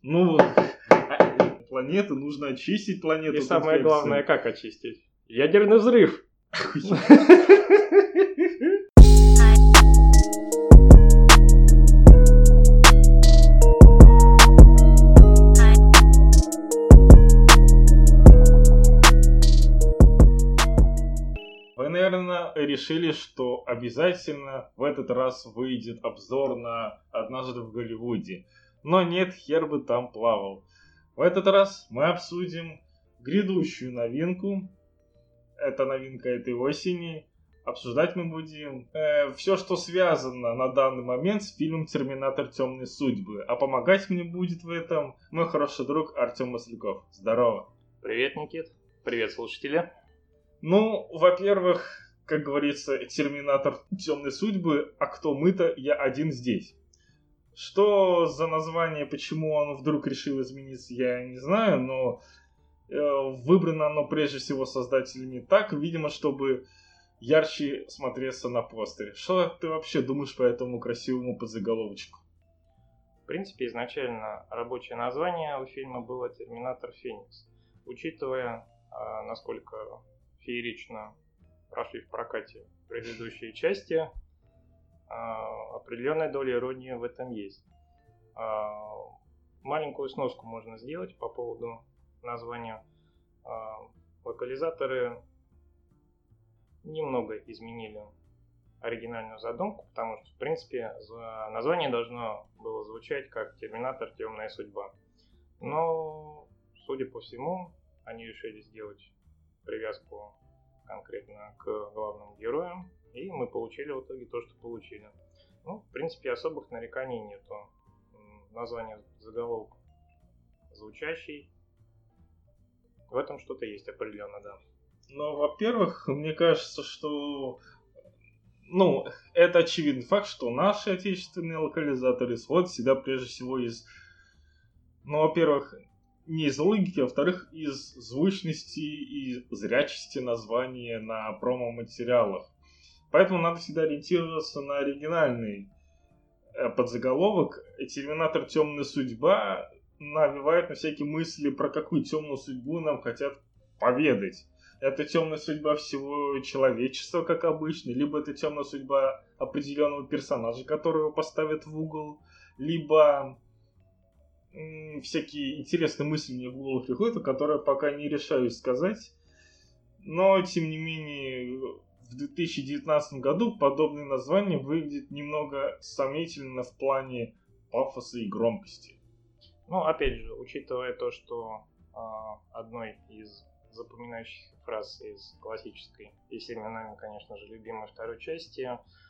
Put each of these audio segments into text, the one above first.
Ну, планеты, нужно очистить планету. И самое главное, как очистить? Ядерный взрыв. Вы, наверное, решили, что обязательно в этот раз выйдет обзор на «Однажды в Голливуде». Но нет, хер бы там плавал. В этот раз мы обсудим грядущую новинку. Это новинка этой осени. Обсуждать мы будем все, что связано на данный момент с фильмом «Терминатор. Темные судьбы». А помогать мне будет в этом мой хороший друг Артем Масляков. Здорово. Привет, Никит. Привет, слушатели. Ну, во-первых, как говорится, «Терминатор. Темные судьбы», а кто мы-то, я один здесь. Что за название, почему оно вдруг решило измениться, я не знаю, но выбрано оно прежде всего создателями так, видимо, чтобы ярче смотреться на постере. Что ты вообще думаешь по этому красивому подзаголовочку? В принципе, изначально рабочее название у фильма было «Терминатор. Феникс». Учитывая, насколько феерично прошли в прокате предыдущие части, определенная доля иронии в этом есть. Маленькую сноску можно сделать по поводу названия. Локализаторы немного изменили оригинальную задумку, потому что, в принципе, название должно было звучать как «Терминатор. Темная судьба». Но, судя по всему, они решили сделать привязку конкретно к главным героям, и мы получили в итоге то, что получили. Ну, в принципе, особых нареканий нету. Название заголовок звучащий. В этом что-то есть определенно, да. Ну, во-первых, мне кажется, что это очевидный факт, что наши отечественные локализаторы исходят всегда прежде всего из, во-первых, не из логики, а во-вторых, из звучности и зрячести названия на промо-материалах. Поэтому надо всегда ориентироваться на оригинальный подзаголовок. «Терминатор. Темная судьба» навевает на всякие мысли, про какую темную судьбу нам хотят поведать. Это темная судьба всего человечества, как обычно, либо это темная судьба определенного персонажа, которого поставят в угол, либо всякие интересные мысли мне в голову приходят, которые пока не решаюсь сказать. Но, тем не менее, в 2019 году подобное название выглядит немного сомнительно в плане пафоса и громкости. Ну, опять же, учитывая то, что одной из запоминающихся фраз из классической и всеми нами, конечно же, любимой второй части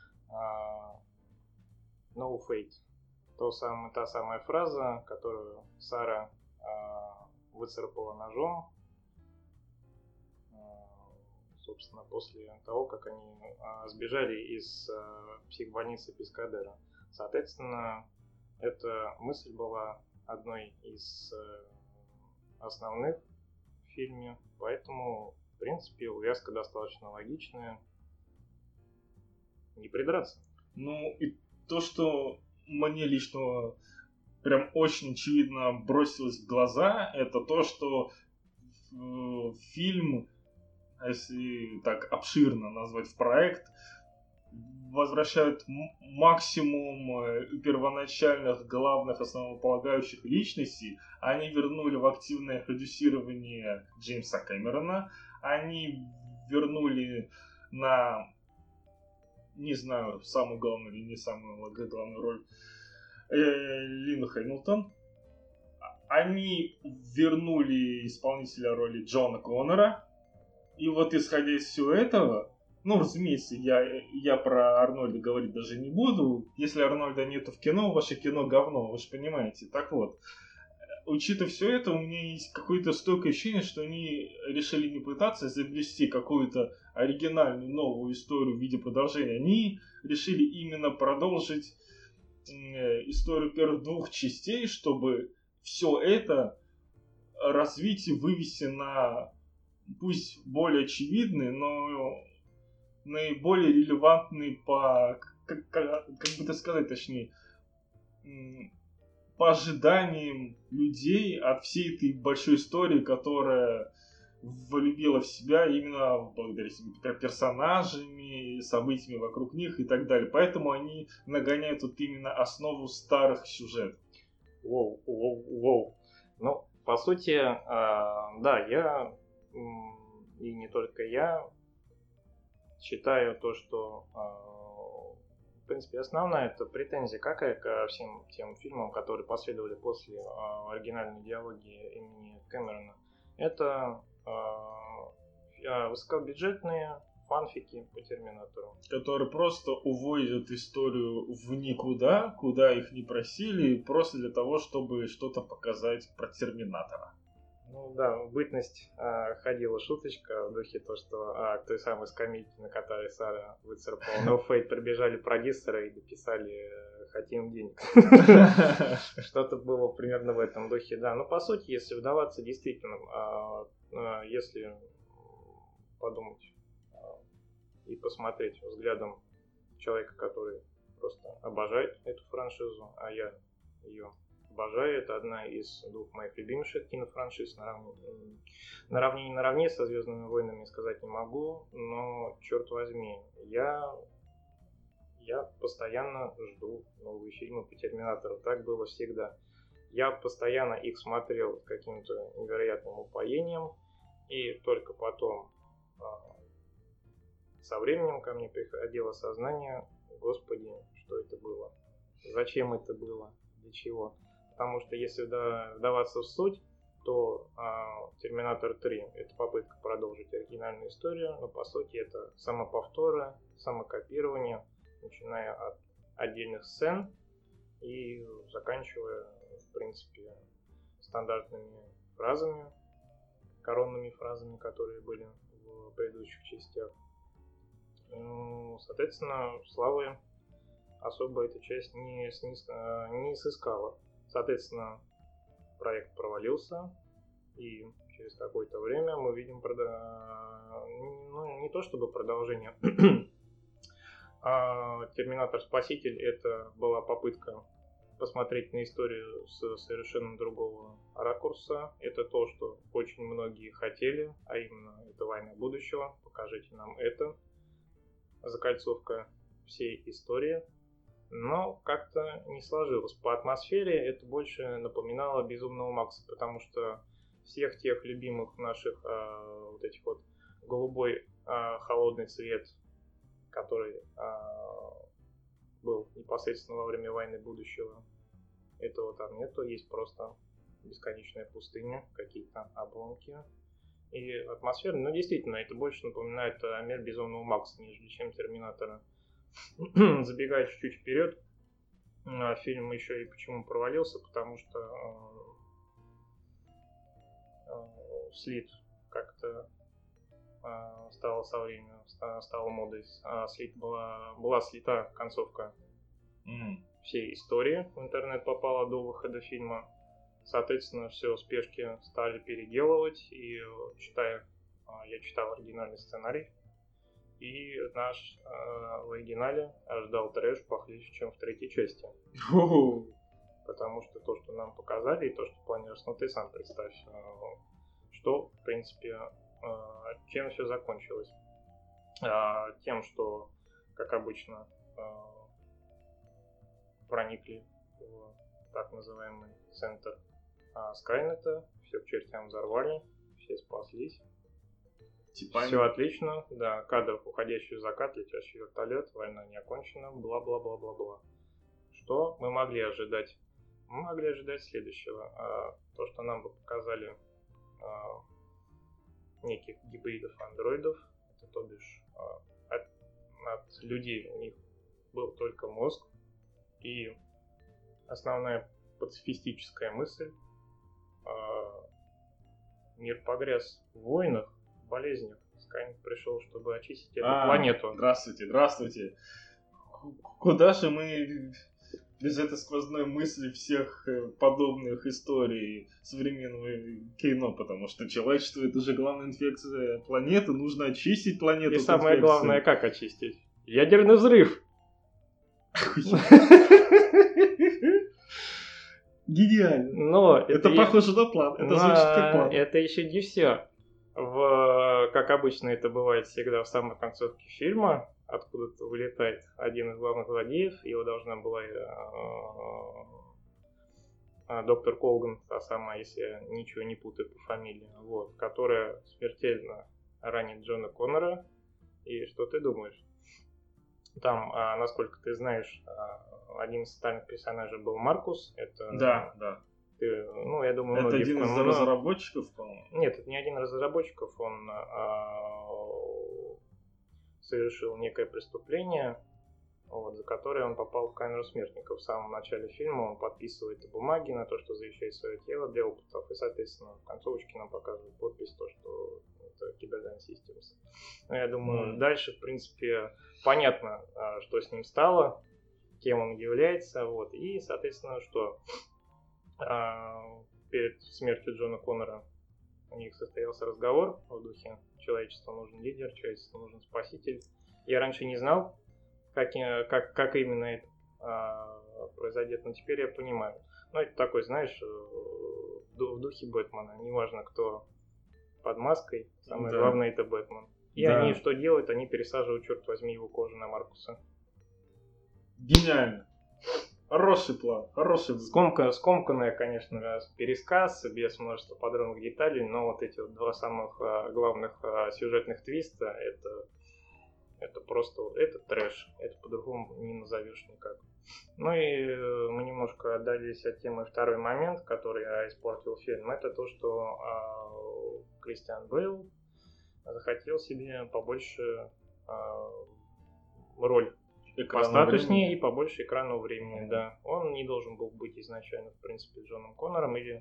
«No fate». Та самая фраза, которую Сара выцарапала ножом, собственно, после того, как они сбежали из психбольницы Пескадера. Соответственно, эта мысль была одной из основных в фильме, поэтому, в принципе, увязка достаточно логичная. Не придраться. Ну, и то, что мне лично прям очень очевидно бросилось в глаза, это то, что фильм, если так обширно назвать проект, возвращают максимум первоначальных главных основополагающих личностей. Они вернули в активное продюсирование Джеймса Кэмерона. Они вернули на, не знаю, самую главную или не самую главную роль Лину Хэмилтон. Они вернули исполнителя роли Джона Коннора. И вот исходя из всего этого, разумеется, я про Арнольда говорить даже не буду. Если Арнольда нету в кино, ваше кино говно, вы же понимаете. Так вот, учитывая все это, у меня есть какое-то стойкое ощущение, что они решили не пытаться изобрести какую-то оригинальную новую историю в виде продолжения. Они решили именно продолжить историю первых двух частей, чтобы все это развить и вывести на, пусть более очевидный, но наиболее релевантный по, как бы это сказать точнее, по ожиданиям людей от всей этой большой истории, которая влюбила в себя именно благодаря персонажами, событиями вокруг них и так далее. Поэтому они нагоняют вот именно основу старых сюжетов. Воу. Ну, по сути, да, я, и не только я, считаю то, что, в принципе, основная это претензия какая ко всем тем фильмам, которые последовали после оригинальной диалогии имени Кэмерона. Это высокобюджетные фанфики по Терминатору. Которые просто уводят историю в никуда, куда их не просили, просто для того, чтобы что-то показать про Терминатора. Ну да, в бытность ходила шуточка в духе то, что к той самой скамейке, на которой Сара выцарапала No Fate, прибежали продюсеры и дописали «хотим денег». Что-то было примерно в этом духе, да. Но по сути, если вдаваться действительно, если подумать и посмотреть взглядом человека, который просто обожает эту франшизу, а я ее обожаю. Это одна из двух моих любимейших кинофраншиз. Наравне со «Звездными войнами» сказать не могу, но, черт возьми, я постоянно жду новые фильмы по Терминатору. Так было всегда. Я постоянно их смотрел с каким-то невероятным упоением, и только потом со временем ко мне приходило сознание: Господи, что это было? Зачем это было? Для чего? Потому что если вдаваться в суть, то «Терминатор 3» — это попытка продолжить оригинальную историю, но по сути это самоповторы, самокопирование, начиная от отдельных сцен и заканчивая, в принципе, стандартными фразами, коронными фразами, которые были в предыдущих частях. Соответственно, славы особо эта часть не сыскала. Соответственно, проект провалился, и через какое-то время мы видим не то чтобы продолжение. «Терминатор Спаситель» — это была попытка посмотреть на историю с совершенно другого ракурса. Это то, что очень многие хотели, а именно это «Война будущего». Покажите нам это. Закольцовка всей истории. Но как-то не сложилось. По атмосфере это больше напоминало «Безумного Макса», потому что всех тех любимых наших вот этих вот голубой холодный цвет, который был непосредственно во время «Войны будущего», этого там нету. Есть просто бесконечная пустыня, какие-то обломки и атмосфера. Но действительно, это больше напоминает мир «Безумного Макса», нежели чем «Терминатора». Забегая чуть-чуть вперед, фильм еще и почему провалился, потому что слит как-то стало со временем, стало модой. Была слита концовка всей истории, в интернет попала до выхода фильма. Соответственно, все в спешке стали переделывать, и я читал оригинальный сценарий, и наш в оригинале ожидал трэш похлеще, чем в третьей части. Потому что то, что нам показали, и то, что планировалось, ну ты сам представь, что, в принципе, чем все закончилось. Тем, что, как обычно, проникли в так называемый центр Скайнета, все к чертям взорвали, все спаслись. Все отлично, да, кадр уходящий в закат, летящий вертолет, война не окончена, бла-бла-бла-бла-бла. Что мы могли ожидать? Мы могли ожидать следующего. То, что нам бы показали неких гибридов андроидов, это то бишь от людей у них был только мозг, и основная пацифистическая мысль: мир погряз в войнах, болезнях. Скайнет пришел, чтобы очистить эту планету. Здравствуйте. Куда же мы без этой сквозной мысли всех подобных историй современного кино? Потому что человечество — это же главная инфекция планеты. Нужно очистить планету. И самое главное, как очистить? Ядерный взрыв. Гениально. Но это похоже на план. Это звучит как план. Это еще не все. Как обычно это бывает всегда в самой концовке фильма, откуда-то вылетает один из главных злодеев. Его должна была доктор Колган, та самая, если я ничего не путаю по фамилии, вот, которая смертельно ранит Джона Коннора. И что ты думаешь? Там, насколько ты знаешь, один из центральных персонажей был Маркус. Это, да. Я думаю, это один из разработчиков, по-моему? Нет, это не один из разработчиков. Он совершил некое преступление, вот, за которое он попал в камеру смертников. В самом начале фильма он подписывает бумаги на то, что защищает свое тело для опытов. И, соответственно, в концовочке нам показывают подпись, то, что это Cyberdyne Systems. Но я думаю, дальше, в принципе, понятно, что с ним стало, кем он является. Вот. И, соответственно, что перед смертью Джона Коннора у них состоялся разговор в духе: человечеству нужен лидер, человечеству нужен спаситель. Я раньше не знал, как именно это произойдет, но теперь я понимаю. Ну, это такой, знаешь, в духе Бэтмена. Неважно, кто под маской, самое главное — это Бэтмен. И они что делают? Они пересаживают, черт возьми, его кожу на Маркуса. Гениально. Хороший план, хороший. Скомканный, конечно, пересказ, без множества подробных деталей, но вот эти вот два самых главных сюжетных твиста, это просто, это трэш, это по-другому не назовешь никак. Ну и мы немножко отдалились от темы. Второй момент, который испортил фильм, это то, что Кристиан Бейл захотел себе побольше роль. Постатуснее и побольше экранного времени, да. Он не должен был быть изначально, в принципе, Джоном Коннором, или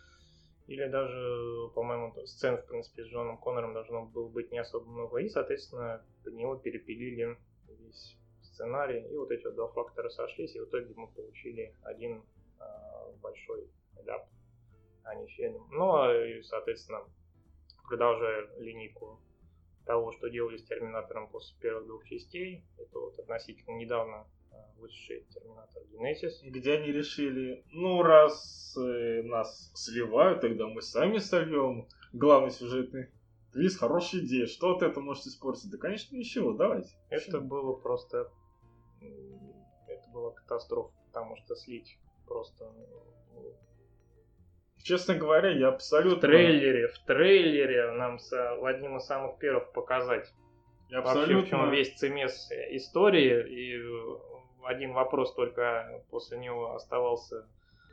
даже, по-моему, сцен, в принципе, с Джоном Коннором должно было быть не особо много, и, соответственно, под него перепилили весь сценарий, и вот эти вот два фактора сошлись, и в итоге мы получили один большой ляп, а не фильм. Ну, и, соответственно, продолжая линейку того, что делали с Терминатором после первых двух частей, это вот относительно недавно вышедший Терминатор Генезис. Где они решили, раз нас сливают, тогда мы сами сольем главный сюжетный твист, хорошая идея. Что вот это может испортить? Да, конечно, ничего, давайте. Это было просто... Это была катастрофа, потому что слить просто... Честно говоря, я абсолютно... В трейлере нам одним из самых первых показать вообще, в чем весь цимес истории, и один вопрос только после него оставался: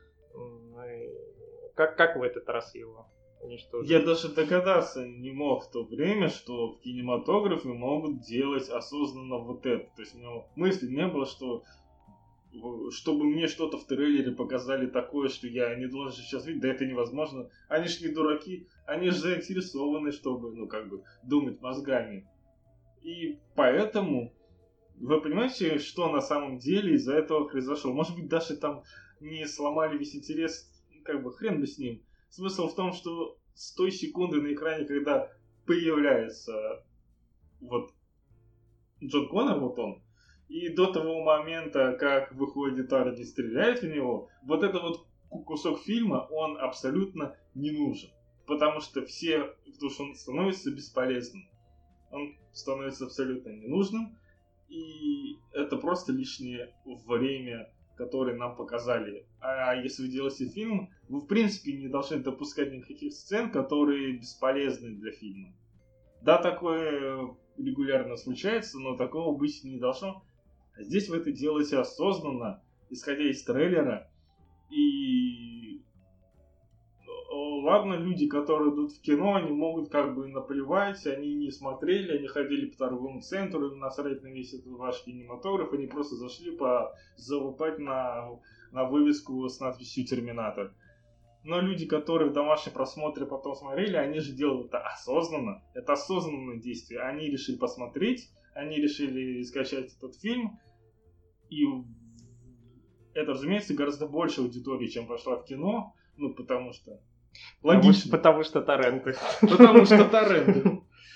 как в этот раз его уничтожить? Я даже догадаться не мог в то время, что в кинематографе могут делать осознанно вот это. То есть у меня мысли не было, что чтобы мне что-то в трейлере показали такое, что я не должен сейчас видеть, да это невозможно. Они ж не дураки, они же заинтересованы, чтобы, думать мозгами. И поэтому, вы понимаете, что на самом деле из-за этого произошло? Может быть, даже там не сломали весь интерес, хрен бы с ним. Смысл в том, что с той секунды на экране, когда появляется вот Джон Коннор, вот он, и до того момента, как выходит Арди и стреляет в него, вот этот вот кусок фильма, он абсолютно не нужен. Потому что он становится бесполезным. Он становится абсолютно ненужным. И это просто лишнее время, которое нам показали. А если вы делаете фильм, вы в принципе не должны допускать никаких сцен, которые бесполезны для фильма. Да, такое регулярно случается, но такого быть не должно. А здесь вы это делаете осознанно, исходя из трейлера. И ладно, люди, которые идут в кино, они могут наплевать, они не смотрели, они ходили по торговому центру, им насрать на весь этот ваш кинематограф, они просто зашли залупать на вывеску с надписью «Терминатор». Но люди, которые в домашнем просмотре потом смотрели, они же делают это осознанно. Это осознанное действие. Они решили посмотреть, они решили скачать этот фильм. И это, разумеется, гораздо больше аудитории, чем пошла в кино. Потому что... Логично. Потому что торренты. Потому что торренты.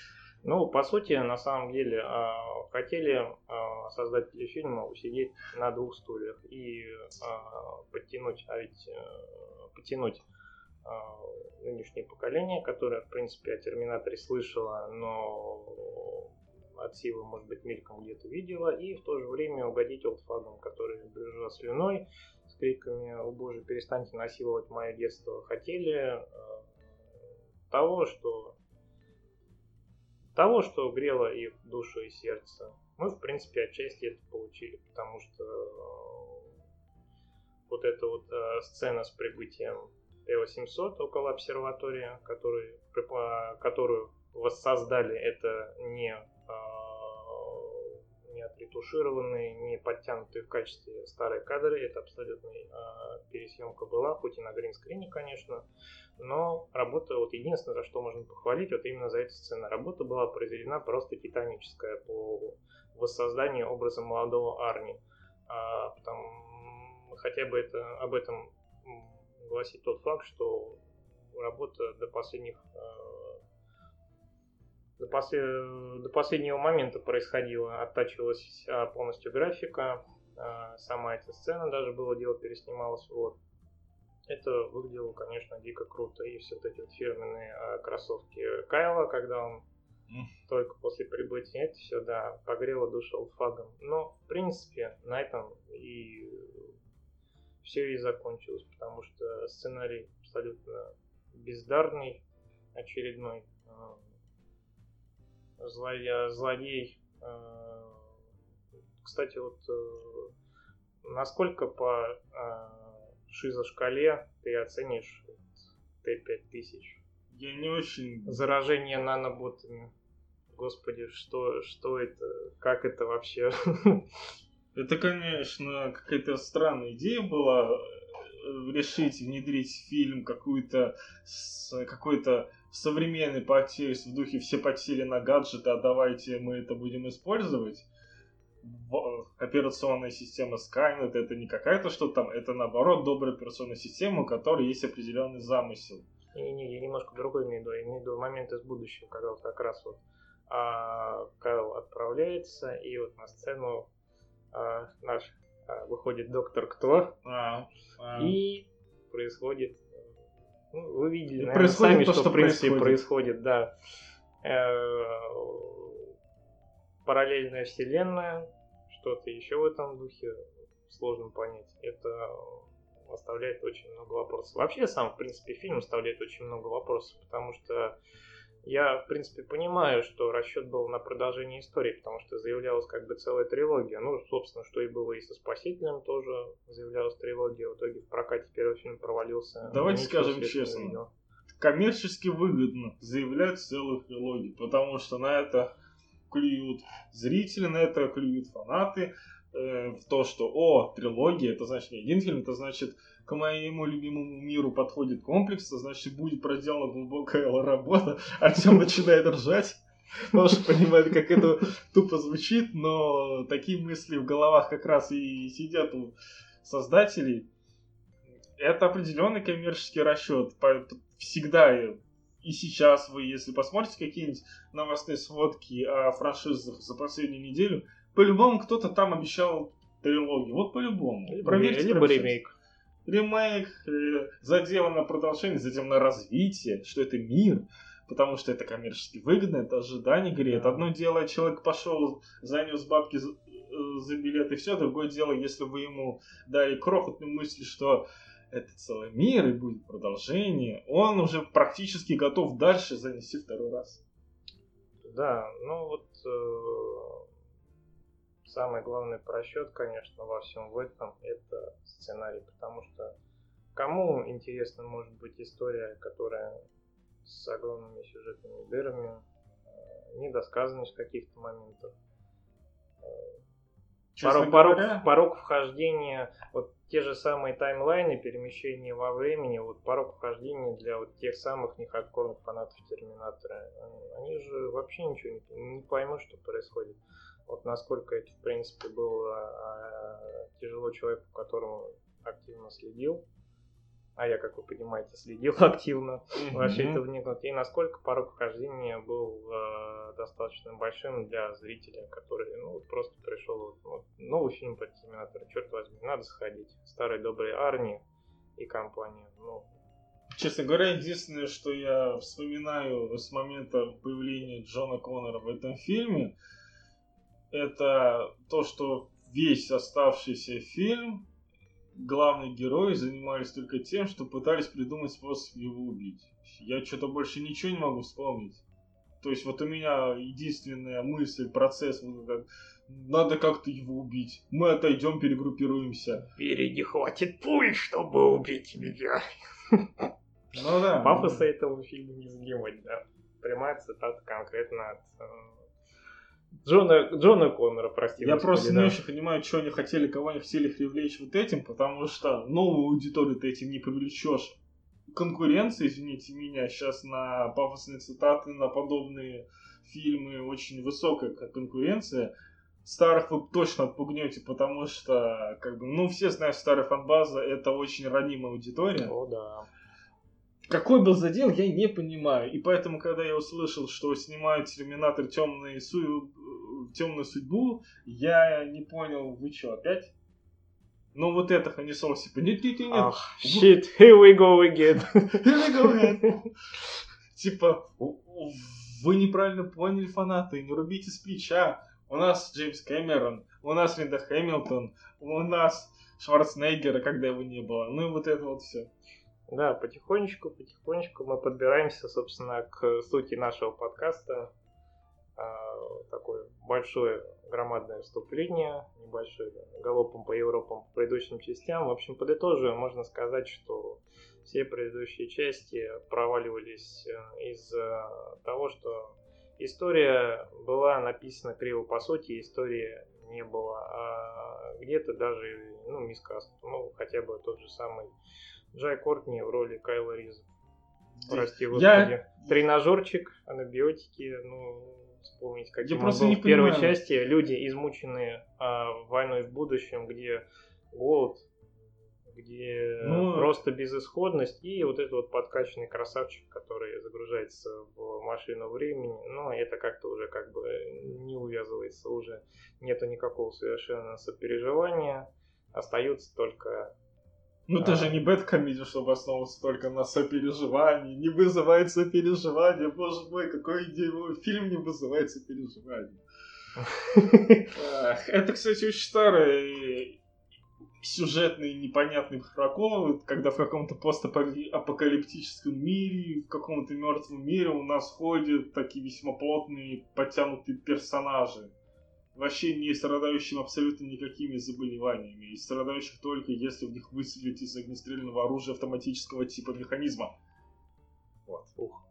Ну, по сути, на самом деле, хотели создатели фильма усидеть на двух стульях и подтянуть, подтянуть нынешнее поколение, которое, в принципе, о Терминаторе слышало, но от силы, может быть, мельком где-то видела, и в то же время угодить олдфагам, которые брызжа слюной, с криками «О боже, перестаньте насиловать мое детство», хотели того, что грело их душу и сердце. Мы, в принципе, отчасти это получили, потому что вот эта вот сцена с прибытием Т-800 около обсерватории, которую воссоздали, это не отретушированные, не подтянутые в качестве старые кадры, это абсолютная пересъемка была, хоть и на гринскрине, конечно, но работа, вот единственное, за что можно похвалить, вот именно за эту сцену, работа была произведена просто титаническая по воссозданию образа молодого Арни. Хотя бы об этом гласит тот факт, что работа до последнего момента происходила, оттачивалась полностью графика, сама эта сцена даже было дело переснималась, вот. Это выглядело, конечно, дико круто, и все вот эти вот фирменные кроссовки Кайла, когда он только после прибытия, это все, да, погрело душу олдфагом. Но, в принципе, на этом и все и закончилось, потому что сценарий абсолютно бездарный, очередной. Злодей. Кстати, вот насколько по шизошкале ты оценишь Т-5000? Я не очень... Заражение наноботами. Господи, что это? Как это вообще? Это, конечно, какая-то странная идея была решить внедрить в фильм какой-то современный подтекст в духе «все подсели на гаджеты, а давайте мы это будем использовать». Операционная система Skynet это не какая-то что-то там, это наоборот добрая операционная система, у которой есть определенный замысел. Не, я немножко другой имею в виду момент из будущего, когда вот как раз вот Кайл отправляется, и вот на сцену наш выходит доктор Кто, и происходит, ну, вы видели, наверное, сами, что в принципе происходит, да. Параллельная вселенная, что-то еще в этом духе, сложно понять. Это оставляет очень много вопросов. Вообще сам, в принципе, фильм оставляет очень много вопросов, потому что я, в принципе, понимаю, что расчет был на продолжение истории, потому что заявлялась как бы целая трилогия. Ну, собственно, что и было и со «Спасителем» тоже заявлялась трилогия. В итоге в прокате первый фильм провалился. Давайте скажем честно, коммерчески выгодно заявлять целую трилогию, потому что на это клюют зрители, на это клюют фанаты, в то, что трилогия, это значит не один фильм, это значит к моему любимому миру подходит комплекс, это значит будет проделана глубокая работа. Артем начинает ржать, потому что понимает, как это тупо звучит, но такие мысли в головах как раз и сидят у создателей. Это определенный коммерческий расчет. Всегда и сейчас вы, если посмотрите какие-нибудь новостные сводки о франшизах за последнюю неделю, по-любому кто-то там обещал трилогию. Вот по-любому. Проверьте. Либо ремейк. Ремейк, задел на продолжение, затем на развитие, что это мир, потому что это коммерчески выгодно, это ожидание греет. Одно дело, человек пошел, занес бабки за билет и все, другое дело, если вы ему дали крохотную мысль, что это целый мир и будет продолжение, он уже практически готов дальше занести второй раз. Да, ну вот самый главный просчет, конечно, во всем в этом это сценарий, потому что кому интересна может быть история, которая с огромными сюжетными дырами, недосказанность в каких-то моментах, порог вхождения, вот те же самые таймлайны, перемещения во времени, вот порог вхождения для вот тех самых нехардкорных фанатов Терминатора, они же вообще ничего не поймут, что происходит. Вот насколько это, в принципе, было тяжело человеку, которому активно следил а я, как вы понимаете, следил активно во все это вникнуть, и насколько порог вхождения был достаточно большим для зрителя, который просто пришел новый фильм про Терминатора, черт возьми, надо сходить. Старый добрый Арни и компания. Честно говоря, единственное, что я вспоминаю с момента появления Джона Коннора в этом фильме, это то, что весь оставшийся фильм главные герои занимались только тем, что пытались придумать способ его убить. Я что-то больше ничего не могу вспомнить. То есть вот у меня единственная мысль, процесс, надо как-то его убить. Мы отойдем, перегруппируемся. Впереди хватит пуль, чтобы убить меня. Ну да. Пафоса этого фильма не занимать, да. Прямая цитата конкретно от Джона Коннора, прости. Я просто не очень понимаю, что они хотели, кого они хотели привлечь вот этим, потому что новую аудиторию ты этим не привлечешь. Конкуренция, извините меня, сейчас на пафосные цитаты, на подобные фильмы очень высокая конкуренция. Старых вы точно отпугнете, потому что, все знают, старая фан-база — это очень ранимая аудитория. О, да. Какой был задел, я не понимаю. И поэтому, когда я услышал, что снимают Терминатор темную судьбу, я не понял, вы что, опять? Ну вот это Ханисол, типа, нет. Shit, here we go again. Типа, вы неправильно поняли, фанаты, не рубите с плеча. У нас Джеймс Кэмерон, у нас Линда Хэмилтон, у нас Шварценеггера, когда его не было. Ну и вот это вот все. Да, потихонечку мы подбираемся, собственно, к сути нашего подкаста. Такое большое, громадное вступление, небольшое, галопом по Европам, по предыдущим частям. В общем, подытоживая, можно сказать, что все предыдущие части проваливались из-за того, что история была написана криво по сути, истории не было, а где-то даже, мискаст, хотя бы тот же самый Джай Кортни в роли Кайла Риза. Прости, господи. Тренажерчик, анабиотики, вспомнить, каким он был в первой части. Люди, измученные войной в будущем, где голод, где просто безысходность, и вот этот вот подкачанный красавчик, который загружается в машину времени, это как-то уже не увязывается, уже нету никакого совершенно сопереживания, остается только... это же не бэдкомедия, чтобы основываться только на сопереживании. Не вызывает сопереживания. Боже мой, какой фильм не вызывает сопереживания. Это, кстати, очень старый сюжетный непонятный прокол, когда в каком-то постапокалиптическом мире, в каком-то мертвом мире у нас ходят такие весьма плотные, подтянутые персонажи, вообще не страдающим абсолютно никакими заболеваниями, и страдающих только если в них выстрелить из огнестрельного оружия автоматического типа механизма. Вот.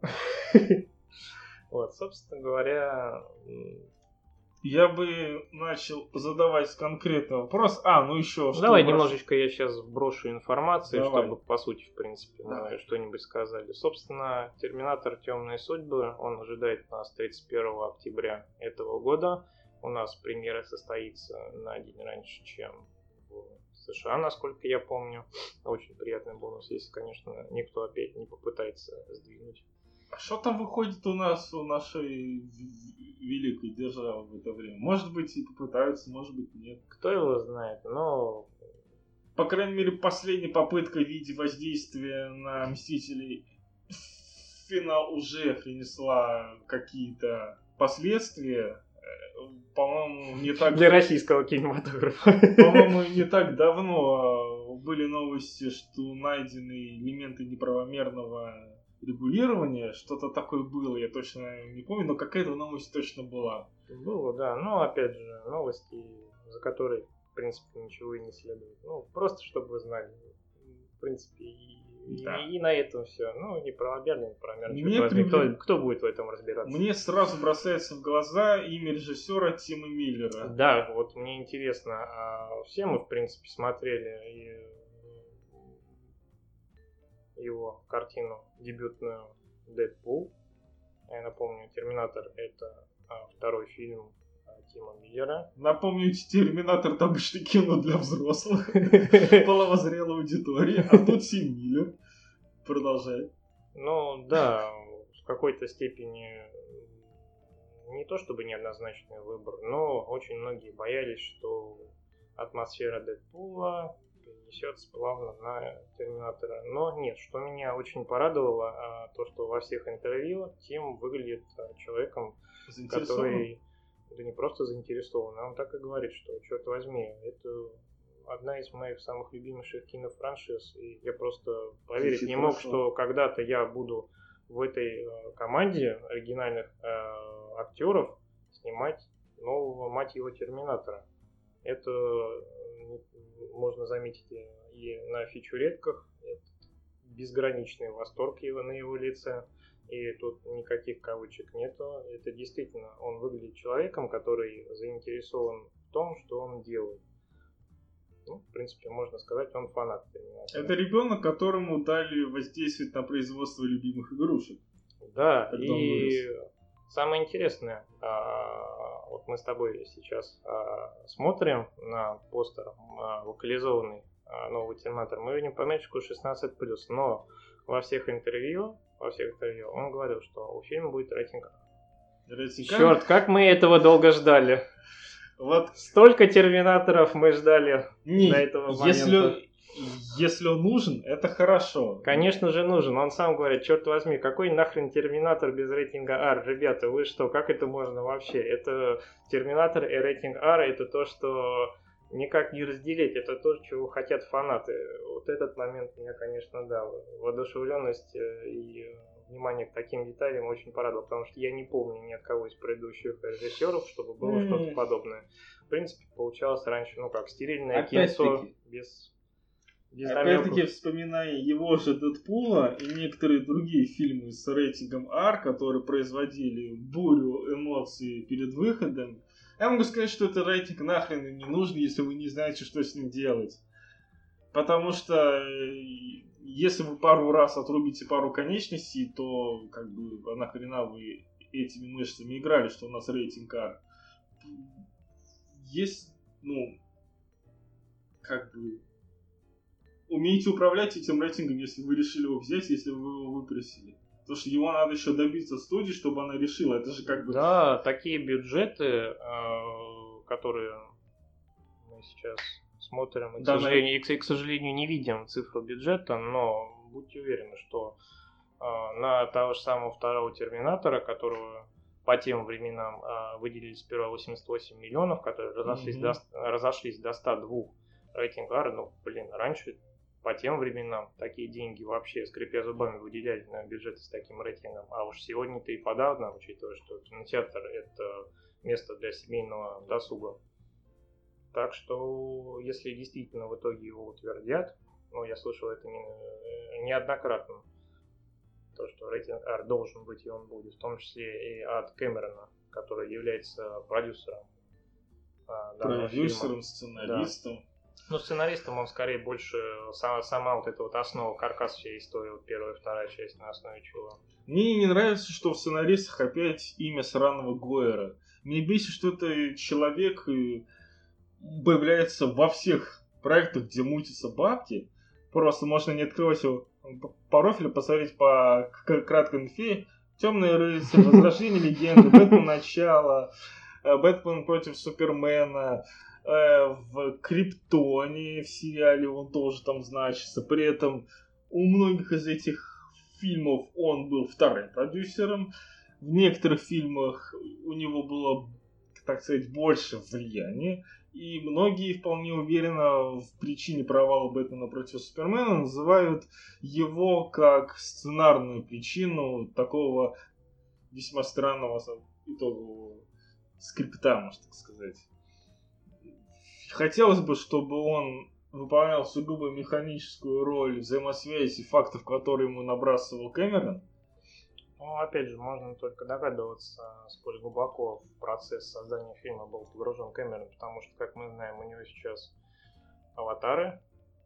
Вот, собственно говоря... Я бы начал задавать конкретный вопрос. Еще что. Давай немножечко я сейчас вброшу информации, Давай. чтобы, по сути, в принципе, мы что-нибудь сказали. Собственно, Терминатор Темные судьбы, он ожидает нас 31 октября этого года. У нас премьера состоится на день раньше, чем в США, насколько я помню. Очень приятный бонус, если, конечно, никто опять не попытается сдвинуть. А что там выходит у нас, у нашей великой державы в это время? Может быть, и попытаются, может быть, нет. Кто его знает, но... По крайней мере, последняя попытка в виде воздействия на Мстителей в финал уже принесла какие-то последствия. По-моему, не так... Для российского кинематографа. По-моему, не так давно были новости, что найдены элементы неправомерного регулирования. Что-то такое было, я точно не помню, но какая-то новость точно была. Было, да. Но, опять же, новости, за которые, в принципе, ничего и не следует. Просто, чтобы вы знали. В принципе, и на этом все. Неправомерно. Кто будет в этом разбираться? Мне сразу бросается в глаза имя режиссера Тима Миллера. Да, вот мне интересно. Все мы, в принципе, смотрели его картину дебютную «Дэдпул». Я напомню, «Терминатор» — это второй фильм Тима Миллера. Напомню, Терминатор там что кино для взрослых, половозрелой аудитории, а тут Тим Миллер. Продолжай. Ну да, в какой-то степени не то чтобы неоднозначный выбор, но очень многие боялись, что атмосфера Дэдпула перенесется плавно на Терминатора. Но нет, что меня очень порадовало, то, что во всех интервью Тим выглядит человеком, который да не просто заинтересован, а он так и говорит, что, черт возьми, это одна из моих самых любимейших кинофраншиз, и я просто поверить не мог, что когда-то я буду в этой команде оригинальных актеров снимать нового, мать его, Терминатора. Это можно заметить и на фичуретках, безграничный восторг на его лице, и тут никаких кавычек нету. Это действительно, он выглядит человеком, который заинтересован в том, что он делает. Ну, в принципе, можно сказать, он фанат Терминатора. Это ребенок, которому дали воздействовать на производство любимых игрушек. Да, и самое интересное, вот мы с тобой сейчас смотрим на постер локализованный нового Терминатора, мы видим пометочку 16+, но во всех интервью он говорил, что у фильма будет рейтинг R. Черт, как мы этого долго ждали. Вот. Столько Терминаторов мы ждали до этого момента. Если он нужен, это хорошо. Конечно же нужен. Он сам говорит, черт возьми, какой нахрен Терминатор без рейтинга R? Ребята, вы что, как это можно вообще? Это Терминатор и рейтинг R, это то, что никак не разделить. Это то, чего хотят фанаты. Вот этот момент меня, конечно, да, воодушевленность и внимание к таким деталям очень порадовало, потому что я не помню ни от кого из предыдущих режиссеров, чтобы было что-то подобное. В принципе, получалось раньше, стерильное кинцо без опять-таки, вспоминая его же Дэдпула и некоторые другие фильмы с рейтингом R, которые производили бурю эмоций перед выходом, я могу сказать, что этот рейтинг нахрен не нужен, если вы не знаете, что с ним делать. Потому что если вы пару раз отрубите пару конечностей, то нахрена вы этими мышцами играли, что у нас рейтинг R. Есть, умеете управлять этим рейтингом, если вы решили его взять, если вы его выпросили. Потому что его надо еще добиться студии, чтобы она решила. Это же Да, такие бюджеты, которые мы сейчас смотрим, и, к сожалению, не видим цифру бюджета, но будьте уверены, что на того же самого второго Терминатора, которого по тем временам выделили сперва 88 миллионов, которые разошлись до 102 рейтинг R, раньше по тем временам такие деньги вообще, скрипя зубами, выделяли на бюджеты с таким рейтингом. А уж сегодня-то и подавно, учитывая, что кинотеатр – это место для семейного досуга. Так что, если действительно в итоге его утвердят, я слышал это неоднократно, то, что рейтинг R должен быть и он будет, в том числе и от Кэмерона, который является продюсером данного фильма. Сценаристом. Да. Сценаристом он скорее больше сама вот эта вот основа, каркас всей истории, вот первая и вторая часть, на основе чего. Мне не нравится, что в сценаристах опять имя сраного Гойера. Мне бесит, что это человек появляется во всех проектах, где мутятся бабки. Просто можно не открывать его по профилю, посмотреть по краткой инфе. Темные рыцари, Возрождение легенды, Бэтмен начало, Бэтмен против Супермена. В Криптоне в сериале он тоже там значится. При этом у многих из этих фильмов он был вторым продюсером. В некоторых фильмах у него было, так сказать, больше влияния. И многие вполне уверенно в причине провала Бэтмена против Супермена называют его как сценарную причину такого весьма странного итогового скрипта, можно так сказать. Хотелось бы, чтобы он выполнял сугубо механическую роль взаимосвязи фактов, которые ему набрасывал Кэмерон. Опять же, можно только догадываться, сколь глубоко в процесс создания фильма был погружен Кэмерон, потому что, как мы знаем, у него сейчас аватары,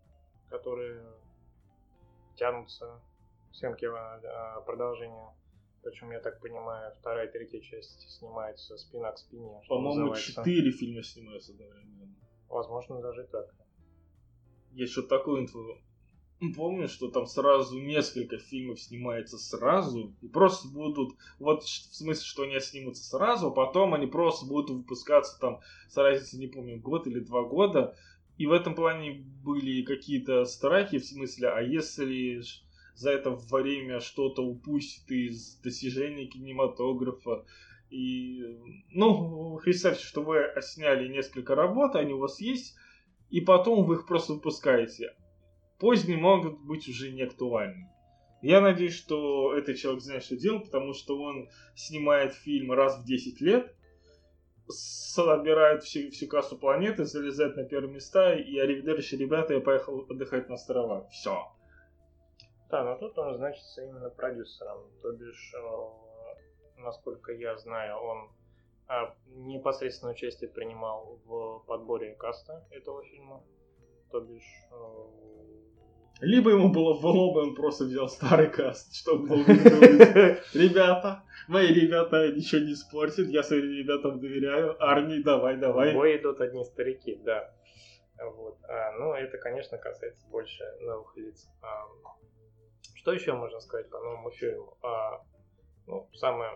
которые тянутся, съемки продолжения. Причем, я так понимаю, вторая и третья часть снимаются спина к спине. По-моему, 4 фильма снимаются одновременно. Возможно, даже и так. Я что-то такую инфу помню, что там сразу несколько фильмов снимается сразу, и просто будут, вот в смысле, что они снимутся сразу, а потом они просто будут выпускаться там с разницей, не помню, год или 2 года. И в этом плане были какие-то страхи, в смысле, а если за это время что-то упустит из достижений кинематографа. И, ну, представьте, что вы сняли несколько работ, они у вас есть, и потом вы их просто выпускаете. Поздние могут быть уже не актуальны. Я надеюсь, что этот человек знает, что делать, потому что он снимает фильм раз в 10 лет, собирает всю кассу планеты, залезает на первые места, и аривидерчи, ребята, я поехал отдыхать на острова. Все. Да, но тут он значится именно продюсером. То бишь, насколько я знаю, он непосредственно участие принимал в подборе каста этого фильма. То бишь... Либо ему было влом, и он просто взял старый каст, чтобы был ребята, мои ребята ничего не испортят, я своим ребятам доверяю, Арни, давай. В бой идут одни старики, да. Вот. Ну, это, конечно, касается больше новых лиц. Что еще можно сказать по новому фильму? Ну,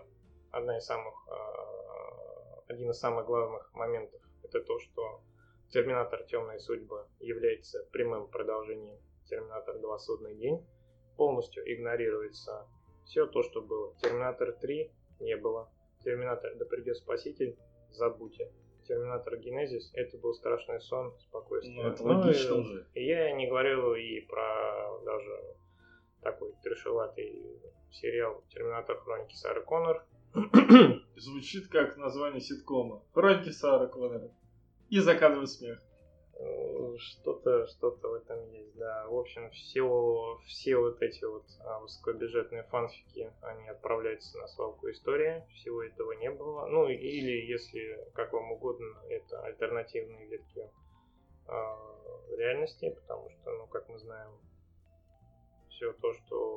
один из самых главных моментов — это то, что «Терминатор. Темные судьбы» является прямым продолжением «Терминатор 2. Судный день». Полностью игнорируется все то, что было. «Терминатор 3» не было. «Терминатор. Да придет спаситель» — забудьте. «Терминатор Генезис» — это был страшный сон, спокойствие. Ну, это логично уже. И я не говорю и про даже такой трешоватый сериал «Терминатор. Хроники Сары Коннор». Звучит как название ситкома. Хроники Сары Коннор. И закадровый смех. Что-то в этом есть, да. В общем, все вот эти вот высокобюджетные фанфики, они отправляются на свалку истории. Всего этого не было. Ну, или, если, как вам угодно, это альтернативные ветки реальности, потому что, ну, как мы знаем, все то,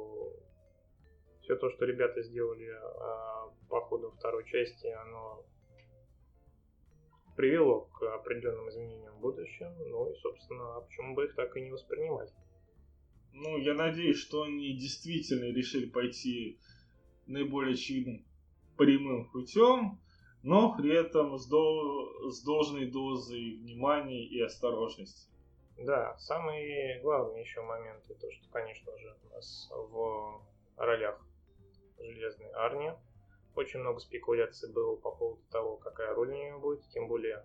что ребята сделали по ходу второй части, оно привело к определенным изменениям в будущем. Ну и, собственно, почему бы их так и не воспринимать? Ну, я надеюсь, что они действительно решили пойти наиболее очевидным прямым путем, но при этом с должной дозой внимания и осторожности. Да, самый главный еще момент — это, что, конечно же, у нас в ролях Железной Арни очень много спекуляций было по поводу того, какая роль у нее будет, тем более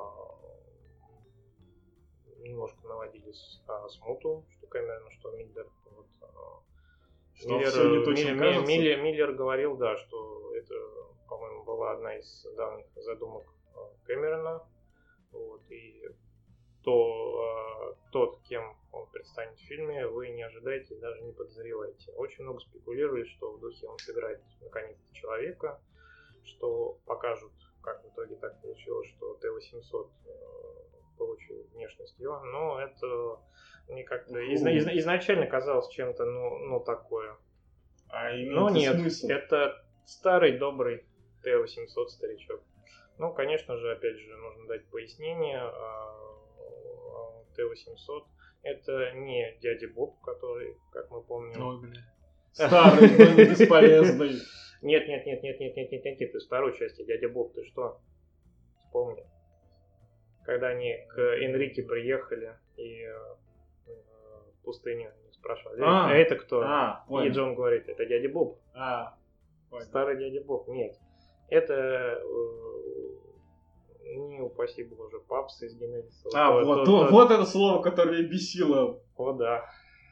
немножко наводили смуту, что Кэмерон, что Миллер. Вот, Миллер говорил, да, что это, по-моему, была одна из давних задумок Кэмерона. Вот, и тот, кем он предстанет в фильме, вы не ожидаете и даже не подозреваете. Очень много спекулирует, что в духе он сыграет наконец-то человека, что покажут, как в итоге так получилось, что Т-800 получил внешность его, но это мне как-то изначально казалось чем-то, ну такое. Но нет, смысл? это старый добрый Т-800 старичок. Ну, конечно же, опять же, нужно дать пояснение. Т-800 это не дядя Боб, который, как мы помним... Ой, блин. Старый, но не бесполезный. Нет, ты в второй части дядя Боб, ты что? Вспомни. Когда они к Энрике приехали и в пустыню спрашивали, а это кто? И Джон говорит, это дядя Боб. Старый дядя Боб. Нет. Это... не упаси боже, папс из Генезиса. Вот это слово, которое меня бесило. О, да.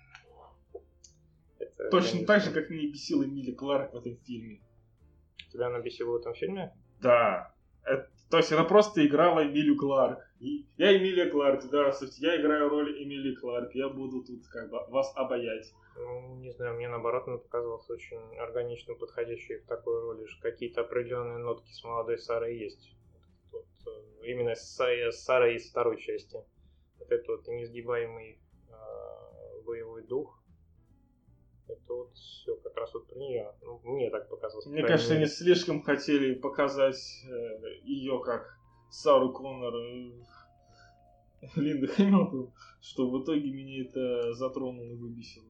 Это точно так же, как меня бесила Эмилия Кларк в этом фильме. Тебя она бесила в этом фильме? Да. То есть она просто играла Эмилию Кларк. Я Эмилия Кларк, здравствуйте, я играю роль Эмилии Кларк, я буду тут как бы вас обаять. Ну, не знаю, мне наоборот она показалась очень органично подходящей в такой роли, что какие-то определенные нотки с молодой Сарой есть. Вот, именно с Сарой из второй части. Вот этот вот несгибаемый боевой дух. Это вот все как раз вот про нее. Ну, мне так показалось. Мне кажется, они слишком хотели показать ее как Сару Коннор Линда Хэмилтон, что в итоге меня это затронуло и выбесило.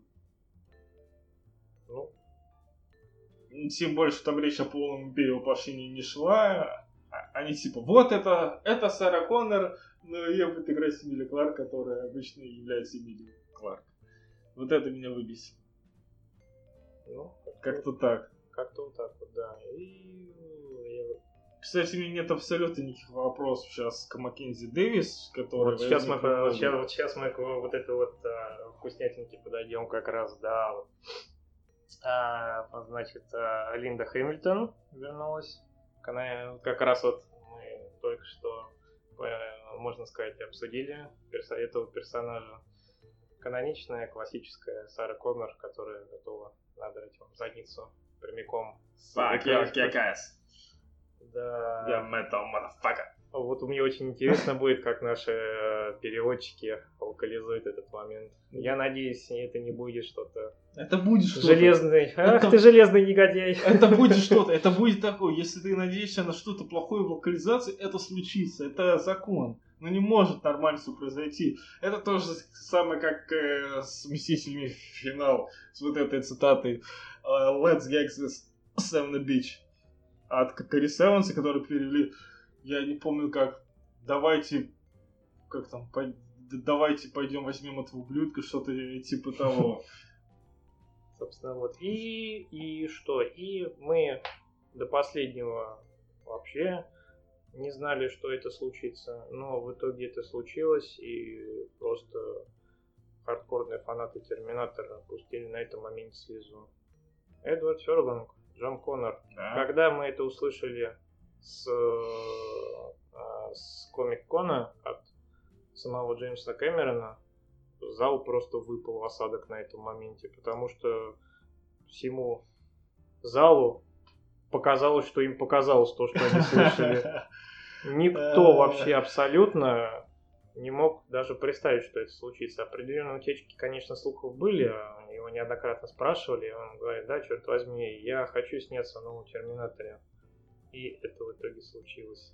Ну. Тем больше там речь о полном перевоплощении не шла. Они типа, вот это Сара Коннор, но ее будет играть Эмилия Кларк, которая обычно является Эмилией Кларк. Вот это меня выбесило. Ну, как-то так. Как-то вот так вот, да. Кстати, у меня нет абсолютно никаких вопросов сейчас к Маккензи Дэвис, который... Вот сейчас мы к вот этой вот вкуснятинке подойдем как раз, да. Значит, Линда Хэмилтон вернулась. Она, как раз вот мы только что, можно сказать, обсудили этого персонажа. Каноничная, классическая Сара Коннор, которая готова надрать вам задницу прямиком. Fuck your kick-ass. Да. Я metal motherfucker. Вот мне очень интересно будет, как наши переводчики локализуют этот момент. Я надеюсь, это не будет что-то... Это будет что-то. Железный. Ах ты железный негодяй. Это будет что-то. Это будет такое. Если ты надеешься на что-то плохое в локализации, это случится. Это закон. Но не может нормально все произойти. Это то же самое, как с «Мстителями» финал. С вот этой цитатой «Let's get this on the beach». От Крис Эванса, который перевели... Я не помню как. Давайте... Как там? Давайте пойдем возьмем этого ублюдка. Что-то типа того. Собственно, вот. И что? И мы до последнего вообще не знали, что это случится. Но в итоге это случилось. И просто хардкорные фанаты Терминатора пустили на этом моменте слезу. Эдвард Фёрлонг, Джон Коннор. Да. Когда мы это услышали с Комик-Кона от самого Джеймса Кэмерона, зал просто выпал в осадок на этом моменте, потому что всему залу показалось, что им показалось то, что они слышали. Никто вообще абсолютно не мог даже представить, что это случится. Определенные утечки, конечно, слухов были, его неоднократно спрашивали, и он говорит, да, черт возьми, я хочу сняться в новом Терминаторе. И это в итоге случилось.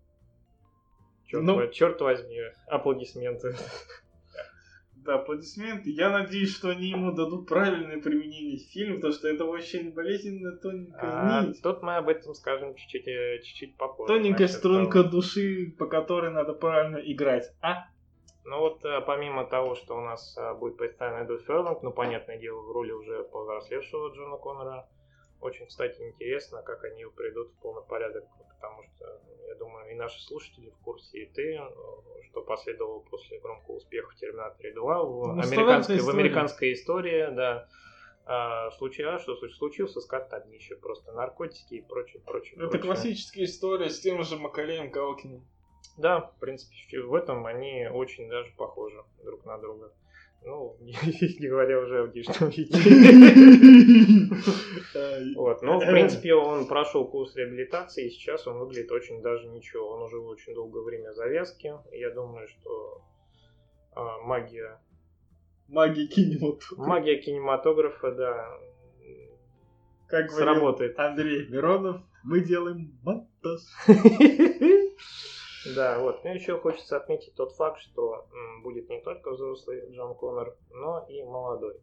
Черт возьми, аплодисменты. Да, аплодисменты. Я надеюсь, что они ему дадут правильное применение в фильме, потому что это очень болезненная тоненькая нить. Тут мы об этом скажем чуть-чуть попозже. Тоненькая струнка души, по которой надо правильно играть. Ну вот, помимо того, что у нас будет представлен Эдвард Фёрлонг, ну, понятное дело, в роли уже повзрослевшего Джона Коннора, очень, кстати, интересно, как они придут в полный порядок, потому что, я думаю, и наши слушатели в курсе, и ты, что последовало после громкого успеха в «Терминаторе 2», в американской истории, да. Что случился скат на днище, просто наркотики и прочее. Это классическая история с тем же Макалеем Калкиным. Да, в принципе, в этом они очень даже похожи друг на друга. Ну, не говоря уже о внешнем виде. Вот. Но, в принципе, он прошел курс реабилитации, и сейчас он выглядит очень даже ничего. Он уже очень долгое время в завязке. Я думаю, что магия кинематографа, да, как сработает. Андрей Миронов, мы делаем монтаж. Да, вот. Мне еще хочется отметить тот факт, что будет не только взрослый Джон Коннор, но и молодой.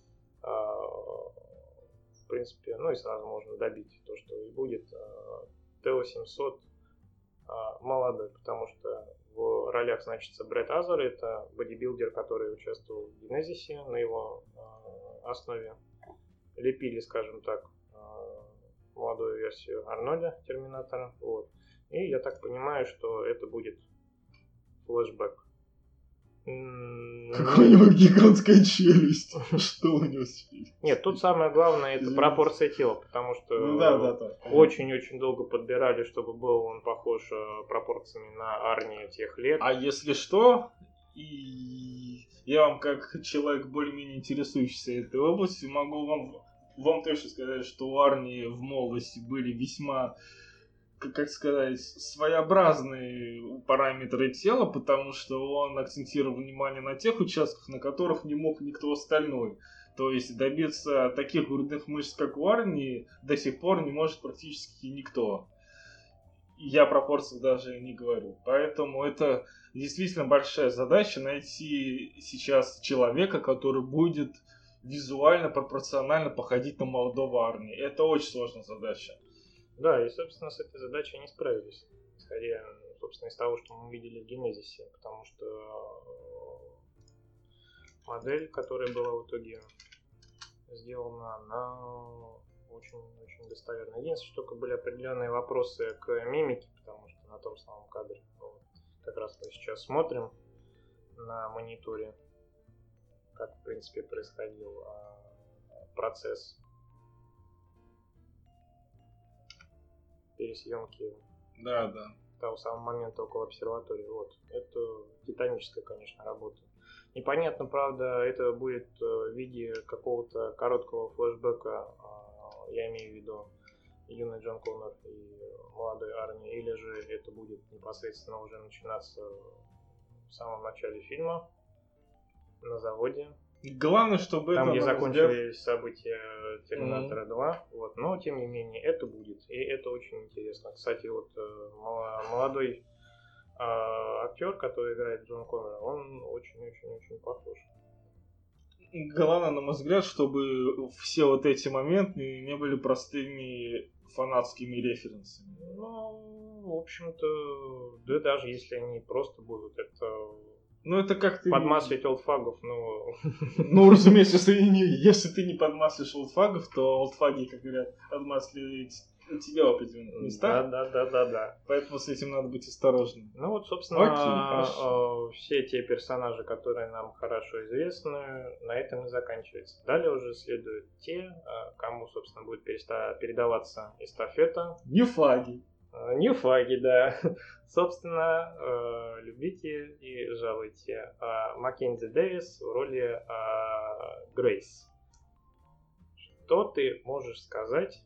В принципе, ну и сразу можно добить то, что и будет Т-800 молодой, потому что в ролях значится Брэд Азер, это бодибилдер, который участвовал в Генезисе, на его основе лепили, скажем так, молодую версию Арнольда Терминатора, вот. И я так понимаю, что это будет флешбэк. Какая-нибудь гигантская челюсть. Что у него с челюстью? Нет, тут самое главное это пропорция тела, потому что очень-очень долго подбирали, чтобы был он похож пропорциями на Арни тех лет. А если что, и я вам как человек более-менее интересующийся этой областью, могу вам точно сказать, что у Арни в молодости были весьма, как сказать, своеобразные параметры тела, потому что он акцентировал внимание на тех участках, на которых не мог никто остальной. То есть добиться таких грудных мышц, как у Арни, до сих пор не может практически никто. Я о пропорциях даже не говорю. Поэтому это действительно большая задача найти сейчас человека, который будет визуально пропорционально походить на молодого Арни. Это очень сложная задача. Да, и, собственно, с этой задачей они справились. Исходя, собственно, из того, что мы видели в Генезисе. Потому что модель, которая была в итоге сделана, она очень достоверна. Единственное, что только были определенные вопросы к мимике, потому что на том самом кадре, вот, как раз мы сейчас смотрим на мониторе, как, в принципе, происходил процесс пересъемки того самого момента около обсерватории. Вот. Это титаническая, конечно, работа. Непонятно, правда, это будет в виде какого-то короткого флешбека, я имею в виду юный Джон Коннор и молодой Арни, или же это будет непосредственно уже начинаться в самом начале фильма, на заводе. Главное, чтобы там, это, где закончились события Терминатора 2. Вот. Но, тем не менее, это будет. И это очень интересно. Кстати, вот молодой актер, который играет Джон Коннора, он очень-очень-очень похож. Главное, на мой взгляд, чтобы все вот эти моменты не были простыми фанатскими референсами. Ну, в общем-то, да, даже если они просто будут это... Ну, это как ты... Подмаслить олдфагов, но... Ну, разумеется, если ты не подмаслишь олдфагов, то олдфаги, как говорят, подмасливают тебя в определенных местах. Да. Поэтому с этим надо быть осторожным. Ну вот, собственно, Окей, все те персонажи, которые нам хорошо известны, на этом и заканчивается. Далее уже следуют те, кому, собственно, будет передаваться эстафета. Ньюфаги. Ньюфаги, да. Собственно, любите и жалуйте. Маккензи Дэвис в роли Грейс. Что ты можешь сказать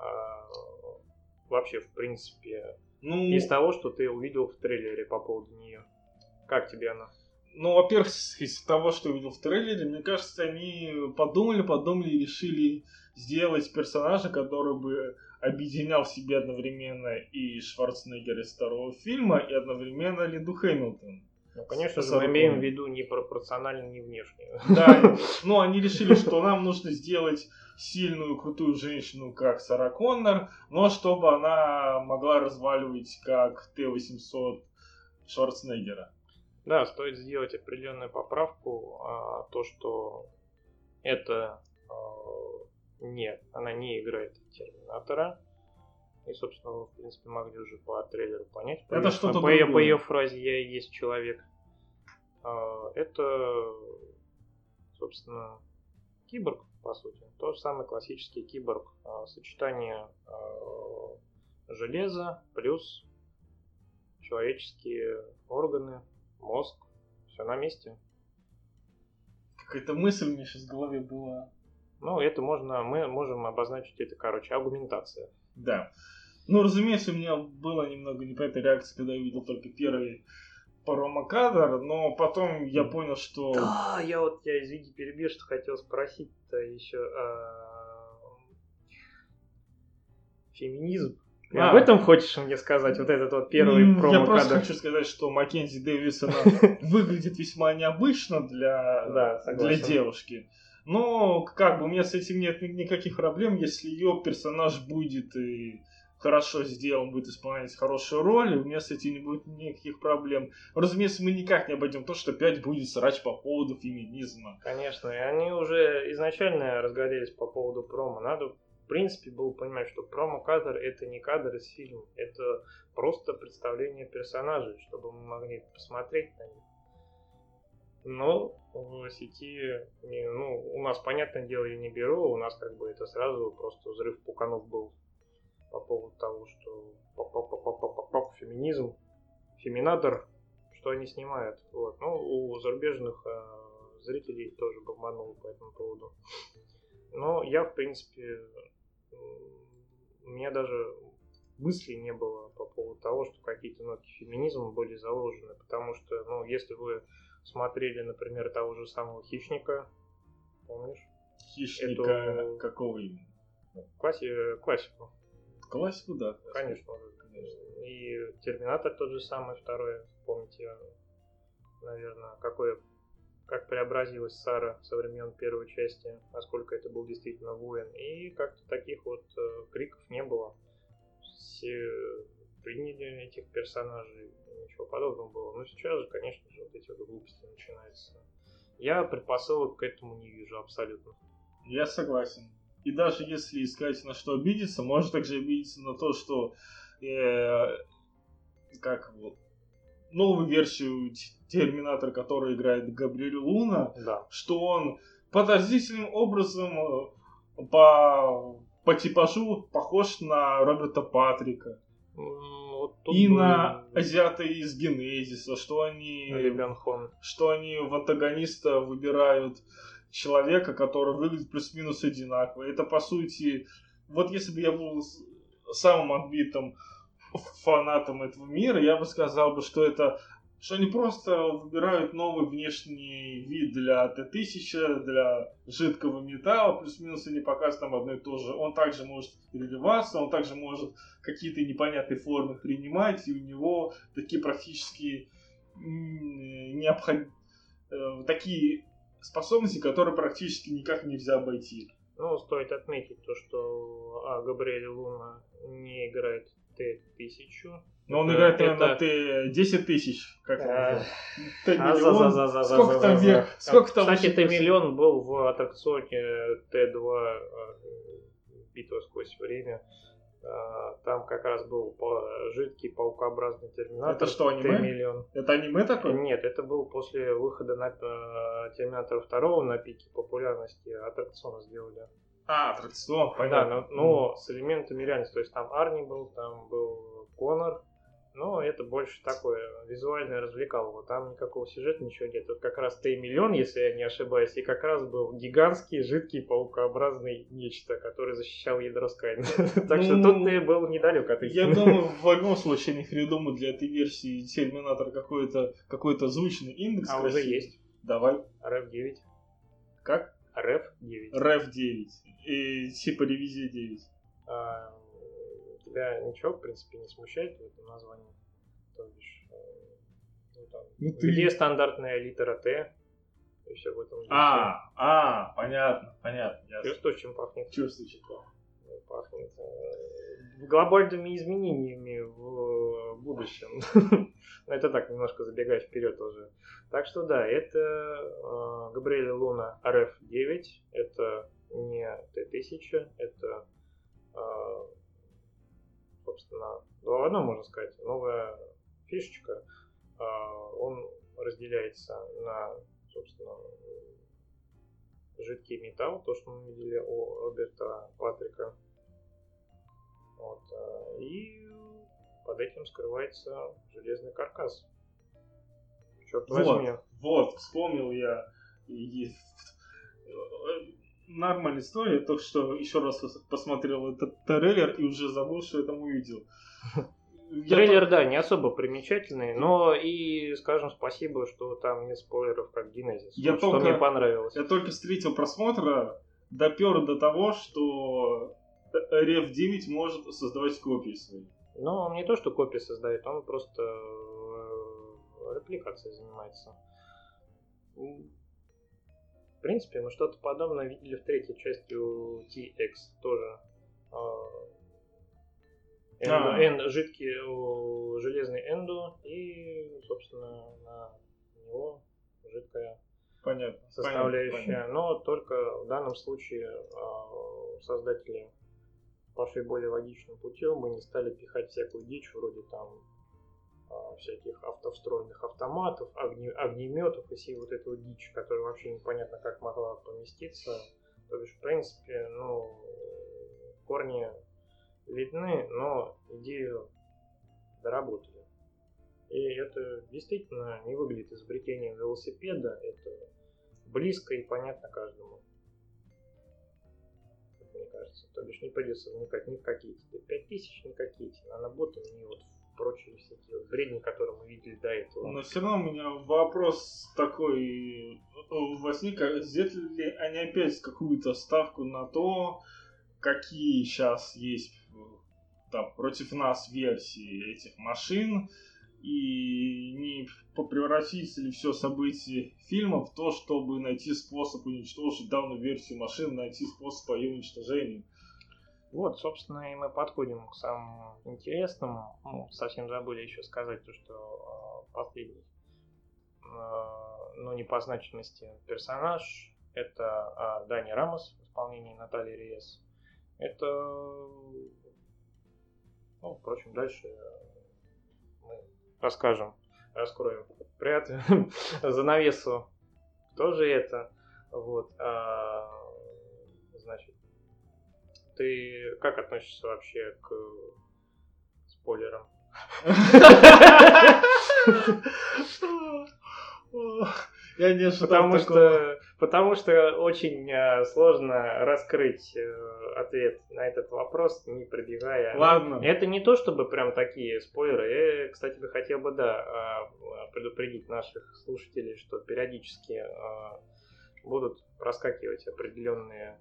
вообще, в принципе, из того, что ты увидел в трейлере по поводу нее? Как тебе она? Ну, во-первых, из того, что я увидел в трейлере, мне кажется, они подумали и решили сделать персонажа, который бы объединял в себе одновременно и Шварценеггера из второго фильма, и одновременно Линду Хэмилтон. Ну, конечно же, мы имеем в виду не пропорционально, не внешне. Да, но они решили, что нам нужно сделать сильную, крутую женщину, как Сара Коннор, но чтобы она могла разваливать, как Т-800 Шварценеггера. Да, стоит сделать определенную поправку, то, что это она не играет Терминатора. И, собственно, вы, в принципе, могли уже по трейлеру понять. Это что-то по ее фразе «Я и есть человек». Это, собственно, киборг, по сути. Тот же самый классический киборг. Сочетание железа плюс человеческие органы, мозг. Все на месте. Какая-то мысль у меня сейчас в голове была. Ну, мы можем обозначить это, аргументация. Да. Ну, разумеется, у меня была немного непонятная реакция, когда я увидел только первый промокадр, но потом я понял, что... Да, я извини, перебью, что хотел спросить-то еще. Феминизм. Ты об этом хочешь мне сказать? Вот этот вот первый промокадр. Я просто хочу сказать, что Маккензи Дэвис, она выглядит весьма необычно для девушки. Но, у меня с этим нет никаких проблем, если ее персонаж будет и хорошо сделан, будет исполнять хорошую роль, у меня с этим не будет никаких проблем. Разумеется, мы никак не обойдем то, что опять будет срач по поводу феминизма. Конечно, и они уже изначально разгорелись по поводу промо. Надо, в принципе, было понимать, что промо-кадр — это не кадр из фильма, это просто представление персонажей, чтобы мы могли посмотреть на них. Но в сети, у нас, понятное дело, я не беру, у нас это сразу просто взрыв пуканов был по поводу того, что феминизм, феминатор, что они снимают. Вот. Ну, у зарубежных зрителей тоже бомбануло по этому поводу. Но я, в принципе, у меня даже мысли не было по поводу того, что какие-то нотки феминизма были заложены, потому что, если вы смотрели, например, того же самого «Хищника», помнишь? Хищника эту какого именно? классику. Классику, да. Конечно. И Терминатор тот же самый, второй. Помните, наверное, как преобразилась Сара со времен первой части, насколько это был действительно воин. И как-то таких вот криков не было. Все приняли этих персонажей, ничего подобного было. Но сейчас же, конечно же, вот эти вот глупости начинаются. Я предпосылок к этому не вижу абсолютно. Я согласен. И даже если искать на что обидеться, можно также обидеться на то, что новую версию Терминатора, которую играет Габриэль Луна, Да. что он подозрительным образом по типажу похож на Роберта Патрика. Вот И на азиата из Генезиса, что они в антагониста выбирают человека, который выглядит плюс-минус одинаково. Это, по сути, вот если бы я был самым отбитым фанатом этого мира, я бы сказал, что они просто выбирают новый внешний вид для Т-1000, для жидкого металла, плюс-минус они показывают там одно и то же. Он также может переливаться, он также может какие-то непонятные формы принимать, и у него такие практически такие способности, которые практически никак нельзя обойти. Ну, стоит отметить то, что Габриэль Луна не играет Т-1000. Но он играет, наверное, на Т-10 тысяч. Как это? Т-миллион. Сколько там век? Кстати, Т-миллион был в аттракционе Т-2 «Битва сквозь время». Там как раз был жидкий паукообразный терминатор. Это что, аниме? Т-миллион. Это аниме такое? Нет, это был после выхода на Терминатора 2 на пике популярности аттракциона сделали. Аттракцион, понятно. Да, но с элементами реальности. То есть там Арни был, там был Конор. Но это больше такое визуальное развлекалово. Там никакого сюжета, ничего нет. Вот как раз Т-миллион, если я не ошибаюсь, и как раз был гигантский, жидкий, паукообразный нечто, который защищал ядро Скайна. Так что тут ты был недалек от истины. Я думаю, в любом случае они придумают для этой версии Терминатора какой-то звучный индекс. А уже есть. Давай. RF9. Как? RF9. RF9. И типа ревизия 9. Тебя ничего, в принципе, не смущает в этом названии? То бишь, где стандартная литера Т? И все в этом. Понятно. Чувствуешь, чем пахнет? Чувствую, чем пахнет. Пахнет глобальными изменениями в будущем. Это так, немножко забегая вперед уже. Так что да, это Габриэль Луна RF9, это не Т-1000, это, собственно, два в одном, можно сказать, новая фишечка. Он разделяется на, собственно, жидкий металл, то, что мы видели у Роберта Патрика. Вот, и под этим скрывается железный каркас. Черт возьми. Вот, вспомнил я. Нормальная история, только что еще раз посмотрел этот трейлер и уже забыл, что я там увидел. Трейлер, да, не особо примечательный, но и скажем спасибо, что там нет спойлеров, как Генезис. Что мне понравилось. Я только встретил просмотра, допер до того, что RF9 может создавать копии свои. Ну, он не то, что копии создает, он просто репликацией занимается. В принципе, мы что-то подобное видели в третьей части у TX тоже. Жидкий железный энду и, собственно, на него жидкая составляющая. Понятно. Но только в данном случае создатели пошли более логичным путем. Мы не стали пихать всякую дичь, вроде там всяких автовстроенных автоматов, огнеметов и всей вот этой вот дичи, которая вообще непонятно как могла поместиться. То есть, в принципе, корни видны, но идею доработали. И это действительно не выглядит изобретением велосипеда, это близко и понятно каждому. Мне кажется. То бишь не придется вникать ни в какие-то 5000, ни какие-то наноботы, ни вот прочие всякие вот бредни, которые мы видели до этого. Но все равно у меня вопрос такой возник, а сделали ли они опять какую-то ставку на то, какие сейчас есть там, против нас версии этих машин, и не превратится ли все событие фильма в то, чтобы найти способ уничтожить данную версию машин, найти способ по ее уничтожению. Вот, собственно, и мы подходим к самому интересному. Ну, совсем забыли еще сказать то, что последний, но не по значимости персонаж, это Дани Рамос в исполнении Натальи Рейес. Это, ну, впрочем, дальше мы раскроем, приоткроем занавесу, кто же это. Вот, значит, ты как относишься вообще к спойлерам? Я не ожидал потому что очень сложно раскрыть ответ на этот вопрос, не пробегая. Ладно. Это не то, чтобы прям такие спойлеры. Я, кстати, хотел бы, предупредить наших слушателей, что периодически будут проскакивать определенные,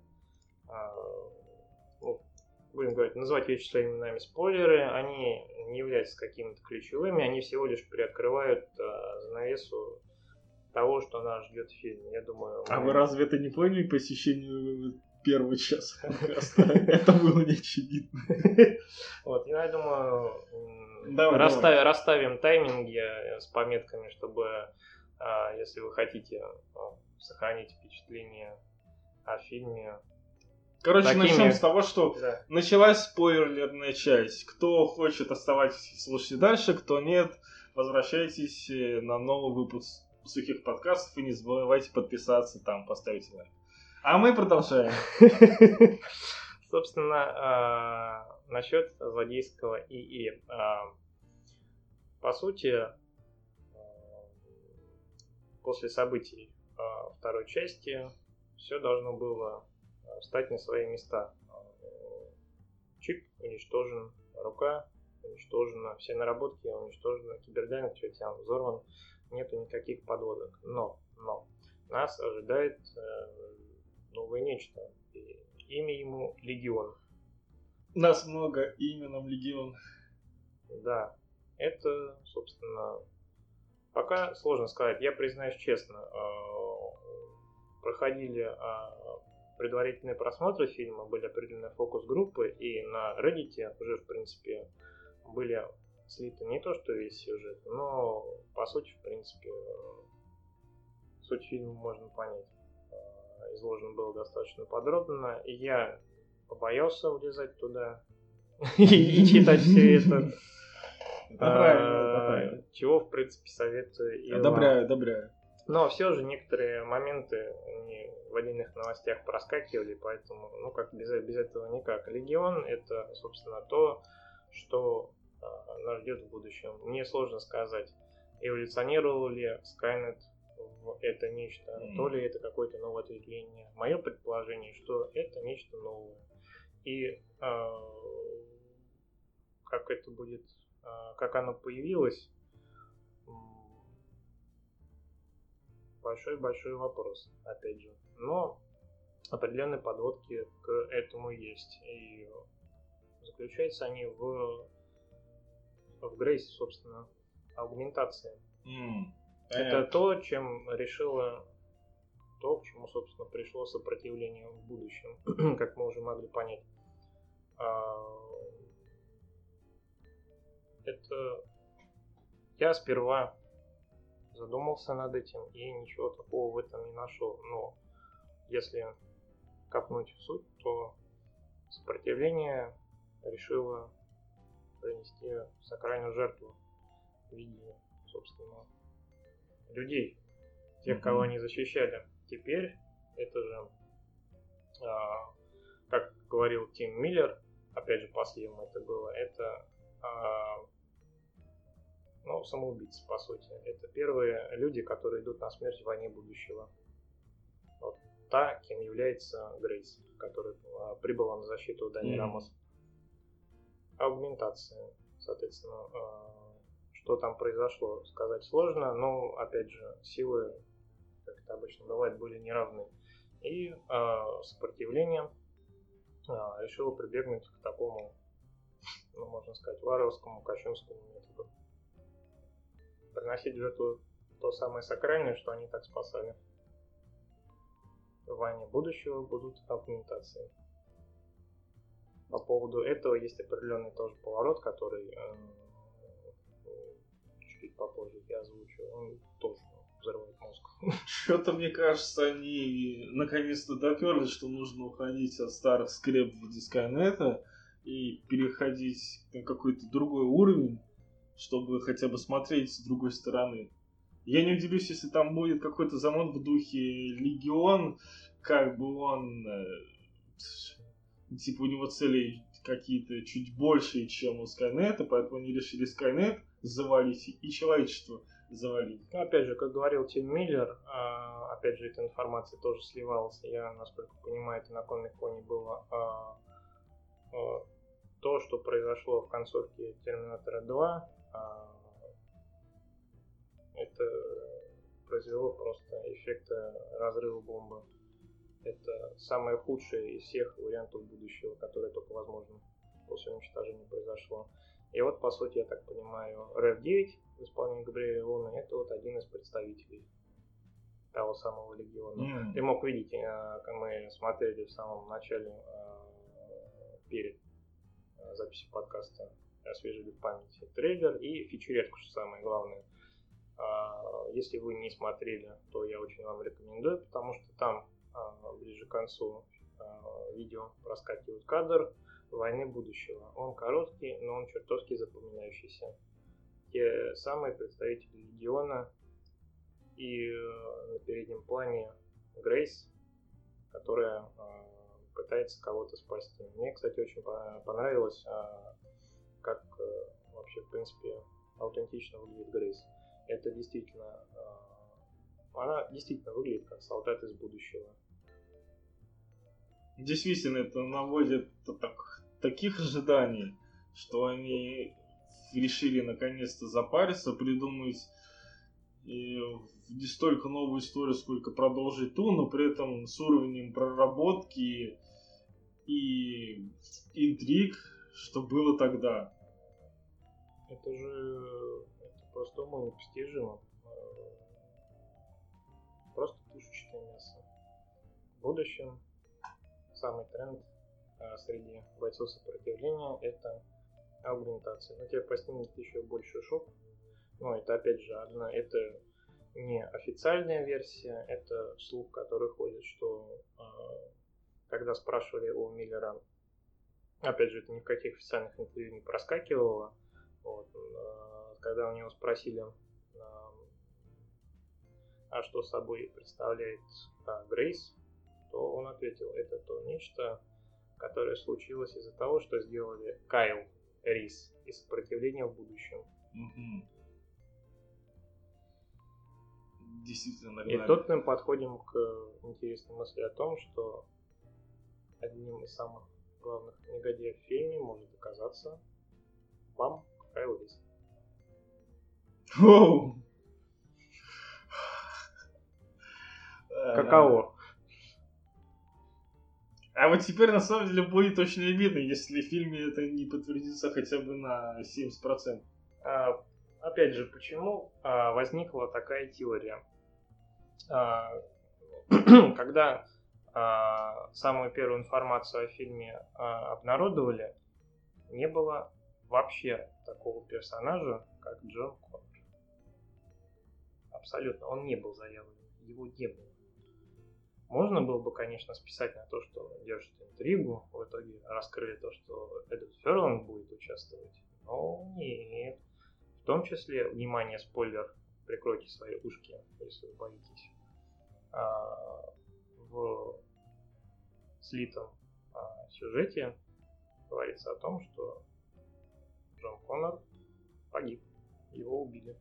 будем говорить, называть вещи своими именами, спойлеры. Они не являются какими-то ключевыми, они всего лишь приоткрывают занавесу того, что нас ждет в фильме. Я думаю... А вы разве это не поняли по посещению первого часа подкаста? Это было не очевидно. Вот, я думаю, расставим тайминги с пометками, чтобы, если вы хотите сохранить впечатление о фильме... Короче, начнем с того, что началась спойлерная часть. Кто хочет, оставайтесь, слушайте дальше. Кто нет, возвращайтесь на новый выпуск сухих подкастов и не забывайте подписаться, там поставить лайк. А мы продолжаем. Собственно, насчет злодейского ИИ. По сути, после событий второй части все должно было встать на свои места. Чип уничтожен, рука уничтожена, все наработки уничтожены, кибердайнинг чертям взорван, нету никаких подводок. Но нас ожидает новое нечто. И имя ему Легион. Нас много, именем Легион. Да, это, собственно, пока сложно сказать. Я признаюсь честно, проходили предварительные просмотры фильма, были определенные фокус-группы, и на Reddit уже, в принципе, были слиты не то что весь сюжет, но, по сути, в принципе, суть фильма можно понять. Изложено было достаточно подробно, и я побоялся влезать туда и читать все это. Правильно. Чего, в принципе, советую и вам. Одобряю. Но все же некоторые моменты они в отдельных новостях проскакивали, поэтому, без этого никак. Легион — это, собственно, то, что нас ждет в будущем. Мне сложно сказать, эволюционировал ли Skynet в это нечто, то ли это какое-то новое ответвление. Мое предположение, что это нечто новое. И как это будет, как оно появилось, большой вопрос, опять же. Но определенные подводки к этому есть. И заключаются они в Грейсе, собственно, аугментации. Это то, к чему, собственно, пришло сопротивление в будущем, как мы уже могли понять. Это я сперва задумался над этим и ничего такого в этом не нашел. Но если копнуть в суть, то сопротивление решило принести сакральную жертву в виде, собственно, людей, тех, кого они защищали. Теперь это же, как говорил Тим Миллер, опять же последним это было, это самоубийцы, по сути. Это первые люди, которые идут на смерть в войне будущего. Вот та, кем является Грейс, которая прибыла на защиту Дани Рамоса. Аугментация. Соответственно, что там произошло, сказать сложно, но, опять же, силы, как это обычно бывает, были неравны. И сопротивление решило прибегнуть к такому, ну, можно сказать, варварскому, кощунскому методу. Приносить в жертву то самое сакральное, что они так спасали. В войне будущего будут аугментации. По поводу этого есть определенный тоже поворот, который чуть попозже я озвучу. Он тоже взрывает мозг. Что-то, мне кажется, они наконец-то доперли, что нужно уходить от старых скреп в Skynet и переходить на какой-то другой уровень, чтобы хотя бы смотреть с другой стороны. Я не удивлюсь, если там будет какой-то замон в духе Легион, как бы он, типа у него цели какие-то чуть большие, чем у Скайнета, поэтому они решили Скайнет завалить и человечество завалить. Ну, опять же, как говорил Тим Миллер, опять же, эта информация тоже сливалась. Я, насколько понимаю, это на Комик-Коне было то, что произошло в концовке Терминатора 2, это произвело просто эффект разрыва бомбы. Это самое худшее из всех вариантов будущего, которое только возможно после уничтожения произошло. И вот, по сути, я так понимаю, РФ-9 в исполнении Габриэля Луны — это вот один из представителей того самого Легиона. Ты мог видеть, мы смотрели в самом начале, перед записью подкаста, освежили в памяти трейлер и фичуретку, что самое главное. Если вы не смотрели, то я очень вам рекомендую, потому что там ближе к концу видео проскакивает кадр войны будущего. Он короткий, но он чертовски запоминающийся. Те самые представители Легиона и на переднем плане Грейс, которая пытается кого-то спасти. Мне, кстати, очень понравилось, как вообще, в принципе, аутентично выглядит Грейс. Это действительно, она действительно выглядит как солдат из будущего. Действительно, это наводит таких ожиданий, что они решили наконец-то запариться, придумать не столько новую историю, сколько продолжить ту, но при этом с уровнем проработки и интриг, что было тогда. Это просто уму непостижимо. Просто пушечное мясо. В будущем самый тренд среди бойцов сопротивления — это аугментация. Но тебя постигнет еще больше шок. Но это, опять же, это не официальная версия, это слух, который ходит, что когда спрашивали у Миллера, опять же, это ни в каких официальных интервью не проскакивало, вот, когда у него спросили, а что собой представляет Грейс, то он ответил: это то нечто, которое случилось из-за того, что сделали Кайл Рис из сопротивления в будущем. Действительно. И тут мы подходим к интересной мысли о том, что одним из самых главных негодяев в фильме может оказаться вам Кайл Рис. Каково? А вот теперь на самом деле будет очень обидно, если в фильме это не подтвердится хотя бы на 70%. Опять же, почему возникла такая теория? Когда самую первую информацию о фильме обнародовали, не было вообще такого персонажа, как Джон Коннор. Абсолютно. Он не был заявлен. Его не было. Можно было бы, конечно, списать на то, что держит интригу. В итоге раскрыли то, что Эдвард Ферланд будет участвовать. Но нет. В том числе, внимание, спойлер, прикройте свои ушки, если вы боитесь. В слитом сюжете говорится о том, что Джон Коннор погиб. Его убили.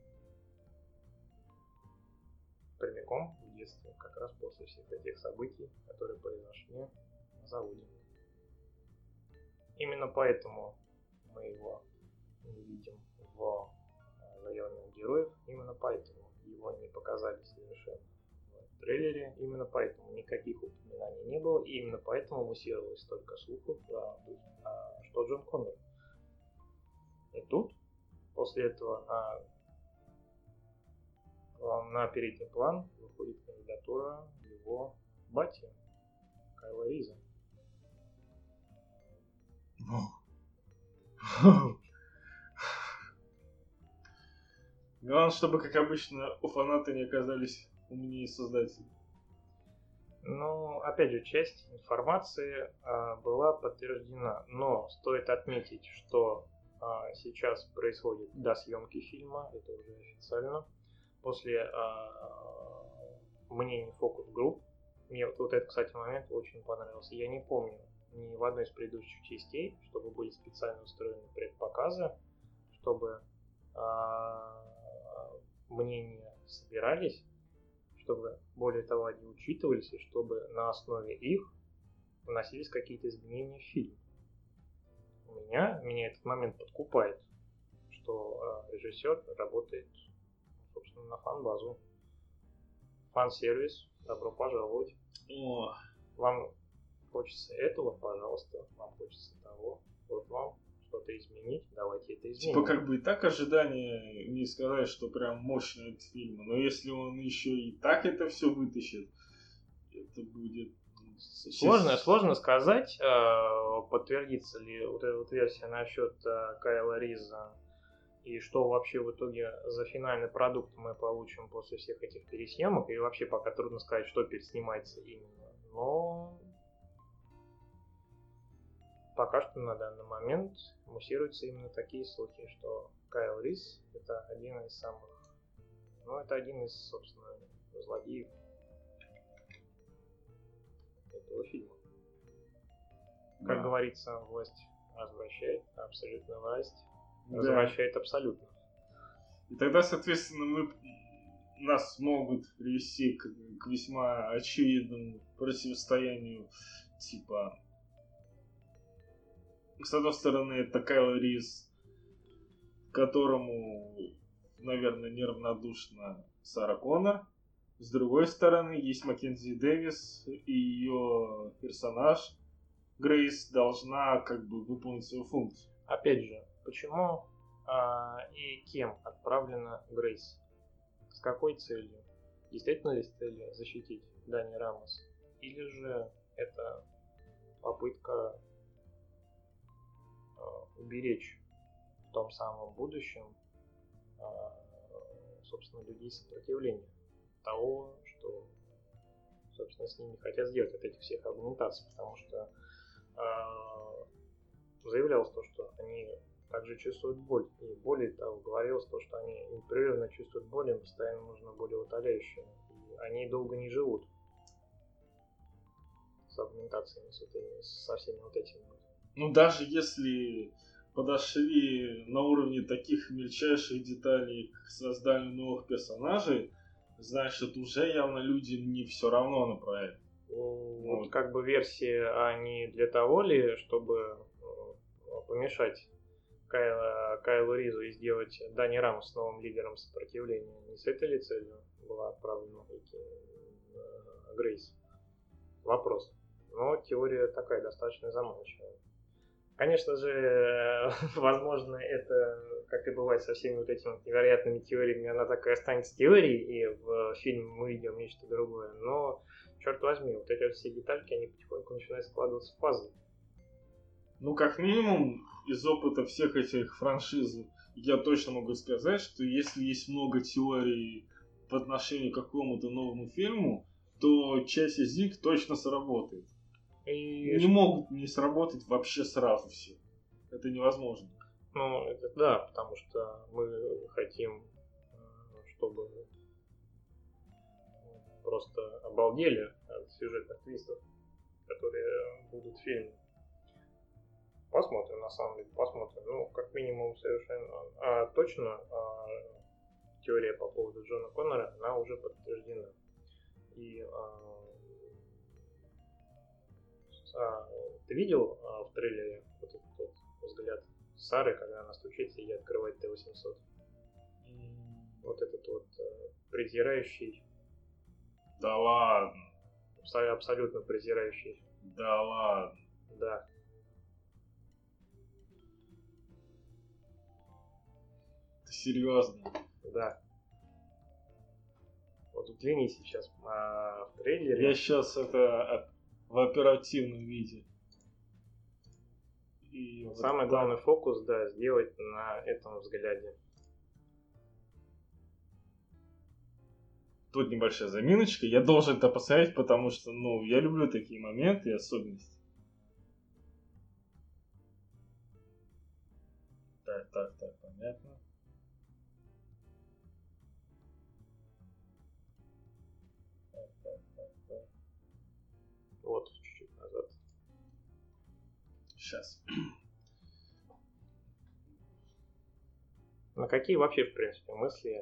Прямиком в детстве, как раз после всех этих событий, которые произошли на заводе. Именно поэтому мы его не видим в заявленных героев, именно поэтому его не показали совершенно в трейлере, именно поэтому никаких упоминаний не было, и именно поэтому муссировалось столько слухов, что Джон Коннор. И тут, после этого, на передний план выходит кандидатура его бати, Кайла Риза. Главное, чтобы, как обычно, у фаната не оказались умнее создателей. Ну, опять же, часть информации была подтверждена, но стоит отметить, что сейчас происходит досъемки фильма, это уже официально, после мнений фокус-групп. Мне вот этот, кстати, момент очень понравился. Я не помню ни в одной из предыдущих частей, чтобы были специально устроены предпоказы, чтобы мнения собирались, чтобы, более того, они учитывались, и чтобы на основе их вносились какие-то изменения в фильм. Меня этот момент подкупает, что режиссер работает, собственно, на фан-базу. Фан-сервис, добро пожаловать. О. Вам хочется этого, пожалуйста. Вам хочется того, вот вам что-то изменить, давайте это изменим. Типа как бы и так ожидания не сказать, что прям мощный от фильма, но если он еще и так это все вытащит, это будет... Сложно сказать, подтвердится ли вот эта вот версия насчет Кайла Риза и что вообще в итоге за финальный продукт мы получим после всех этих пересъемок, и вообще пока трудно сказать, что переснимается именно. Но пока что на данный момент муссируются именно такие слухи, что Кайл Риз это один из самых, это один из, собственно, злодеев этого фильма. Как говорится, власть развращает, а абсолютная власть развращает абсолютно. И тогда, соответственно, нас могут привести к весьма очевидному противостоянию, типа, с одной стороны, это Кайл Риз, которому, наверное, неравнодушна Сара Коннор. С другой стороны, есть Маккензи Дэвис, и ее персонаж Грейс должна как бы выполнить свою функцию. Опять же, почему и кем отправлена Грейс? С какой целью? Действительно ли с целью защитить Дани Рамос? Или же это попытка уберечь в том самом будущем, собственно, людей сопротивления того, что, собственно, с ними хотят сделать от этих всех аргументаций, потому что заявлялось то, что они также чувствуют боль, и более того, говорилось то, что они непрерывно чувствуют боль, им постоянно нужно болеутоляющее, и они долго не живут с аргументациями, со всеми вот этими. Ну, даже если подошли на уровне таких мельчайших деталей к созданию новых персонажей, значит, уже явно людям не все равно на проект. Вот как бы версии, они для того ли, чтобы помешать Кайлу Ризу и сделать Дани Рамос новым лидером сопротивления. Не с этой ли целью была отправлена Грейс? Вопрос. Но теория такая достаточно заманчивая. Конечно же, возможно, это, как и бывает со всеми вот этими невероятными теориями, она так и останется теорией, и в фильме мы видим нечто другое. Но, черт возьми, вот эти все детальки, они потихоньку начинают складываться в пазл. Ну, как минимум, из опыта всех этих франшиз я точно могу сказать, что если есть много теорий по отношению к какому-то новому фильму, то часть из них точно сработает. И не могут не сработать вообще сразу все. Это невозможно. Ну, это да, потому что мы хотим, чтобы просто обалдели от сюжетных твистов, которые будут в фильме. Посмотрим, на самом деле, посмотрим. Ну, как минимум, совершенно точно теория по поводу Джона Коннора, она уже подтверждена. И ты видел в трейлере вот этот вот взгляд Сары, когда она стучится и открывает Т-800. Вот этот вот презирающий. Да ладно. Абсолютно презирающий. Да ладно. Да. Ты серьезно? Да. Вот взгляни сейчас в трейлере. Я сейчас это в оперативном виде. И Самый вот главный фокус, да, сделать на этом взгляде. Тут небольшая заминочка. Я должен это поставить, потому что, ну, я люблю такие моменты и особенности. Так, понятно. Так. Вот, чуть-чуть назад. Сейчас. На какие вообще, в принципе, мысли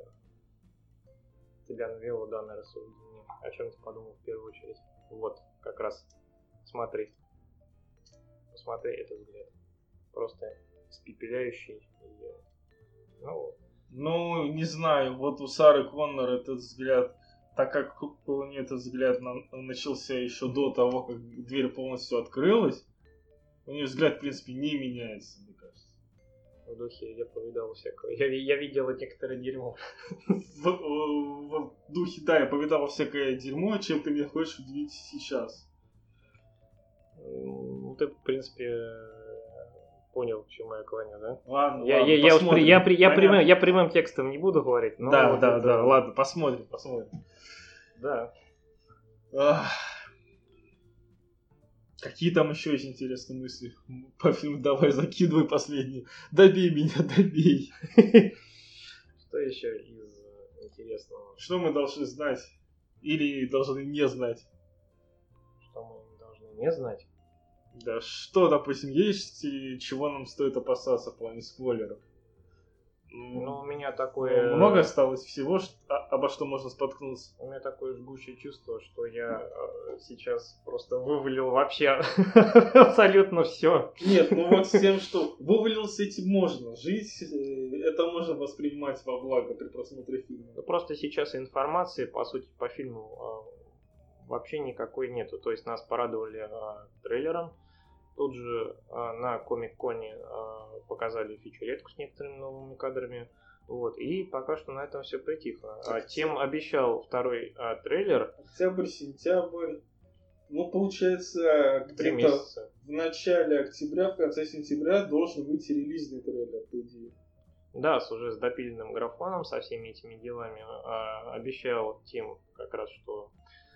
тебя навело данное рассуждение? О чем ты подумал в первую очередь? Вот, как раз смотри. Посмотри этот взгляд. Просто испепеляющий. И, Ну, не знаю, вот у Сары Коннор этот взгляд, так как у нее этот взгляд начался еще до того, как дверь полностью открылась, у нее взгляд, в принципе, не меняется, мне кажется. в духе я повидал всякого. Я видел некоторое дерьмо. В духе, да, я повидал всякое дерьмо, чем ты меня хочешь удивить сейчас. Ну, ты, в принципе, понял, к чему я клоню, да? Ладно, Я прямым текстом не буду говорить, но... Да, ладно, посмотрим. Да. Какие там еще есть интересные мысли по фильму? Давай, закидывай последние. Добей меня, добей. Что еще из интересного? Что мы должны знать? Или должны не знать? Что мы должны не знать? Да, что, допустим, есть и чего нам стоит опасаться в плане спойлеров? Ну, у меня такое... Много осталось всего, обо что можно споткнуться. У меня такое жгучее чувство, что я сейчас просто вывалил вообще абсолютно все. Нет, ну вот с тем, что вывалил с этим можно. Жить, это можно воспринимать во благо при просмотре фильма. Ну, просто сейчас информации, по сути, по фильму вообще никакой нету. То есть нас порадовали трейлером. Тут же на Комик-Коне показали фичеретку с некоторыми новыми кадрами. Вот. И пока что на этом все притихло. Тем обещал второй трейлер. Октябрь, сентябрь. Ну, получается, 3 где-то месяца. в начале октября, в конце сентября должен выйти релизный трейлер, по идее. Да, уже с допиленным графоном, со всеми этими делами. Обещал Тим как раз, что...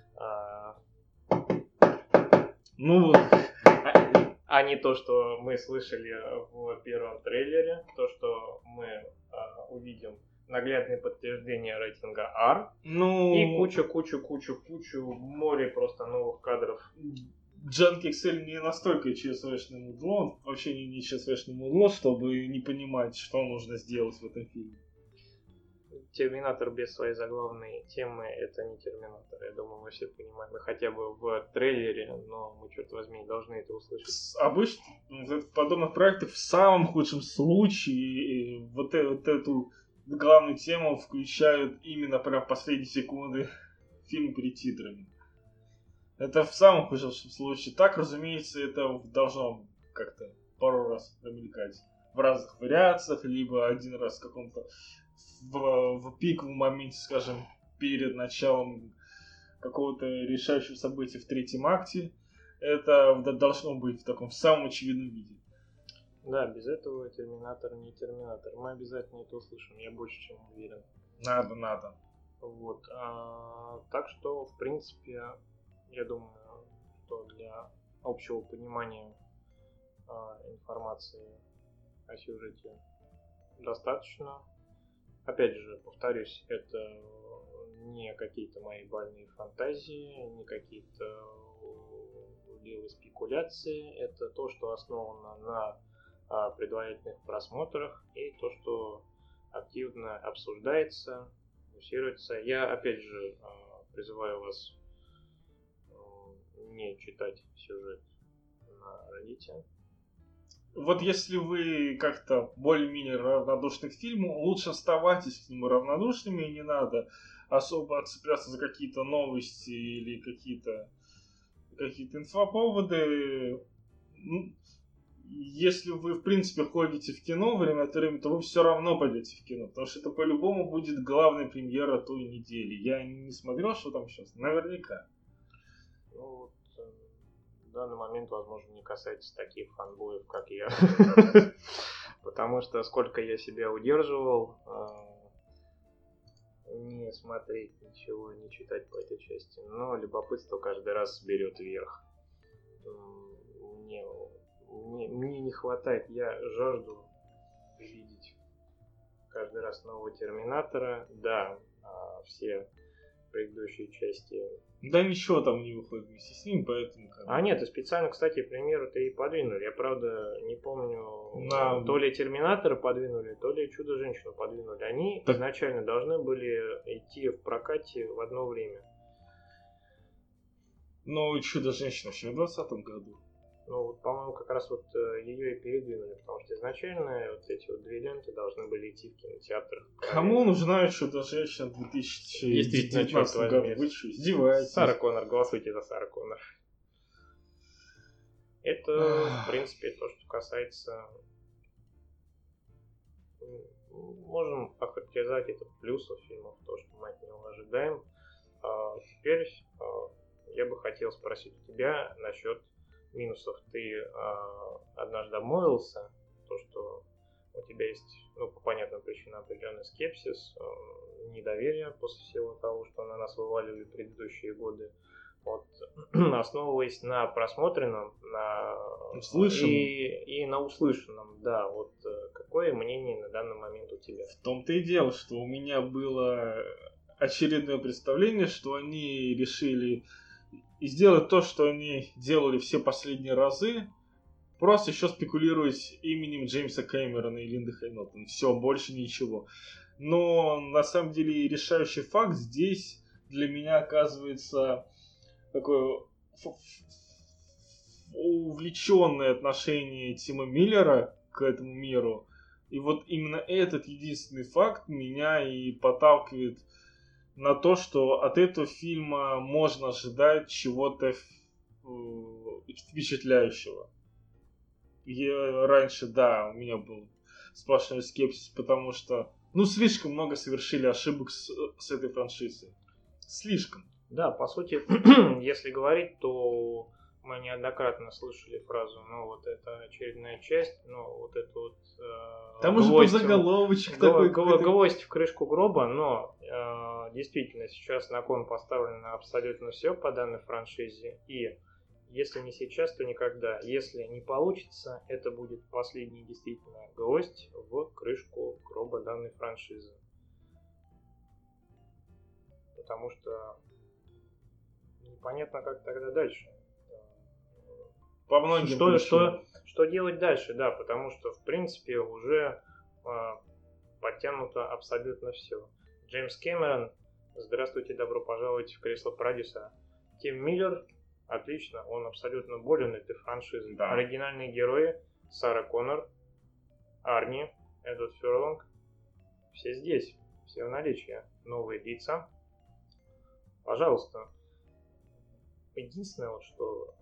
А не то, что мы слышали в первом трейлере, то, что мы увидим наглядное подтверждение рейтинга R. И кучу, море просто новых кадров. Джанк XL не настолько ЧСВшный мудло, он вообще не ЧСВшный мудло, чтобы не понимать, что нужно сделать в этом фильме. Терминатор без своей заглавной темы — это не Терминатор. Я думаю, мы все понимаем. Мы хотя бы в трейлере, но мы, черт возьми, должны это услышать. Обычно в подобных проектах в самом худшем случае вот эту главную тему включают именно прям в последние секунды фильма перед титрами. Это в самом худшем случае. Так, разумеется, это должно как-то пару раз промелькать. В разных вариациях, либо один раз в каком-то в пиковом моменте, скажем, перед началом какого-то решающего события в третьем акте. Это должно быть в таком самом очевидном виде. Да, без этого Терминатор не Терминатор. Мы обязательно это услышим, я больше чем уверен. Надо. Вот. Так что, в принципе, я думаю, что для общего понимания информации о сюжете достаточно. Опять же, повторюсь, это не какие-то мои бальные фантазии, не какие-то левые спекуляции. Это то, что основано на предварительных просмотрах и то, что активно обсуждается, муссируется. Я, опять же, призываю вас не читать сюжет на Reddit. вот если вы как-то более-менее равнодушны к фильму, лучше оставайтесь к нему равнодушными, и не надо особо цепляться за какие-то новости или какие-то инфоповоды. Если вы, в принципе, ходите в кино время от времени, то вы все равно пойдете в кино, потому что это по-любому будет главная премьера той недели. Я не смотрел, что там сейчас, наверняка. Ну, вот, в данный момент, возможно, не касается таких фанбоев, как я. Потому что сколько я себя удерживал, не смотреть ничего, не читать по этой части. Но любопытство каждый раз берет вверх. Мне не хватает, я жажду видеть каждый раз нового Терминатора. Да, все предыдущие части. Да ничего там не выходит вместе с ним, поэтому... Нет, и специально, кстати, премьеру-то и подвинули. Я, правда, не помню, то ли Терминатора подвинули, то ли Чудо-женщину подвинули. Они изначально должны были идти в прокате в одно время. Но Чудо-женщина еще в 2020 году. Ну, вот, по-моему, как раз вот ее и передвинули, потому что изначально вот эти вот две ленты должны были идти в кинотеатрах. Кому нужна Чудо-женщина в 2019 году? Вы что, издеваетесь? Сара Коннор, голосуйте за Сару Коннор. Это, в принципе, то, что касается... Можем охарактеризовать это плюсов фильмов, то, что мы от него ожидаем. Теперь я бы хотел спросить у тебя насчет минусов. Ты однажды обмолвился, то, что у тебя есть, ну, по понятным причинам определенный скепсис, недоверие после всего того, что на нас вываливали предыдущие годы. Вот, основываясь на просмотренном, на услышанном. И на услышанном, да, вот какое мнение на данный момент у тебя? В том-то и дело, что у меня было очередное представление, что они решили сделать то, что они делали все последние разы, просто еще спекулировать именем Джеймса Кэмерона и Линды Хэмилтон. Все, больше ничего. Но на самом деле решающий факт здесь для меня оказывается такое увлеченное отношение Тима Миллера к этому миру. И вот именно этот единственный факт меня и подталкивает на то, что от этого фильма можно ожидать чего-то впечатляющего. Я раньше, да, у меня был сплошной скепсис, потому что, слишком много совершили ошибок с этой франшизой. Слишком. Да, по сути, если говорить, то мы неоднократно слышали фразу, вот это очередная часть, вот это вот... Там уже подзаголовочек такой. Гвоздь в крышку гроба, но действительно сейчас на кон поставлено абсолютно все по данной франшизе, и если не сейчас, то никогда. Если не получится, это будет последний действительно гвоздь в крышку гроба данной франшизы. Потому что непонятно, как тогда дальше. По многим что делать дальше, да, потому что, в принципе, уже подтянуто абсолютно все. Джеймс Кэмерон, здравствуйте, добро пожаловать в кресло продюсера. Тим Миллер, отлично, он абсолютно болен этой франшизой. Да. Оригинальные герои, Сара Коннор, Арни, Эдвард Ферлонг, все здесь, все в наличии. Новые лица. Пожалуйста. Единственное, вот, что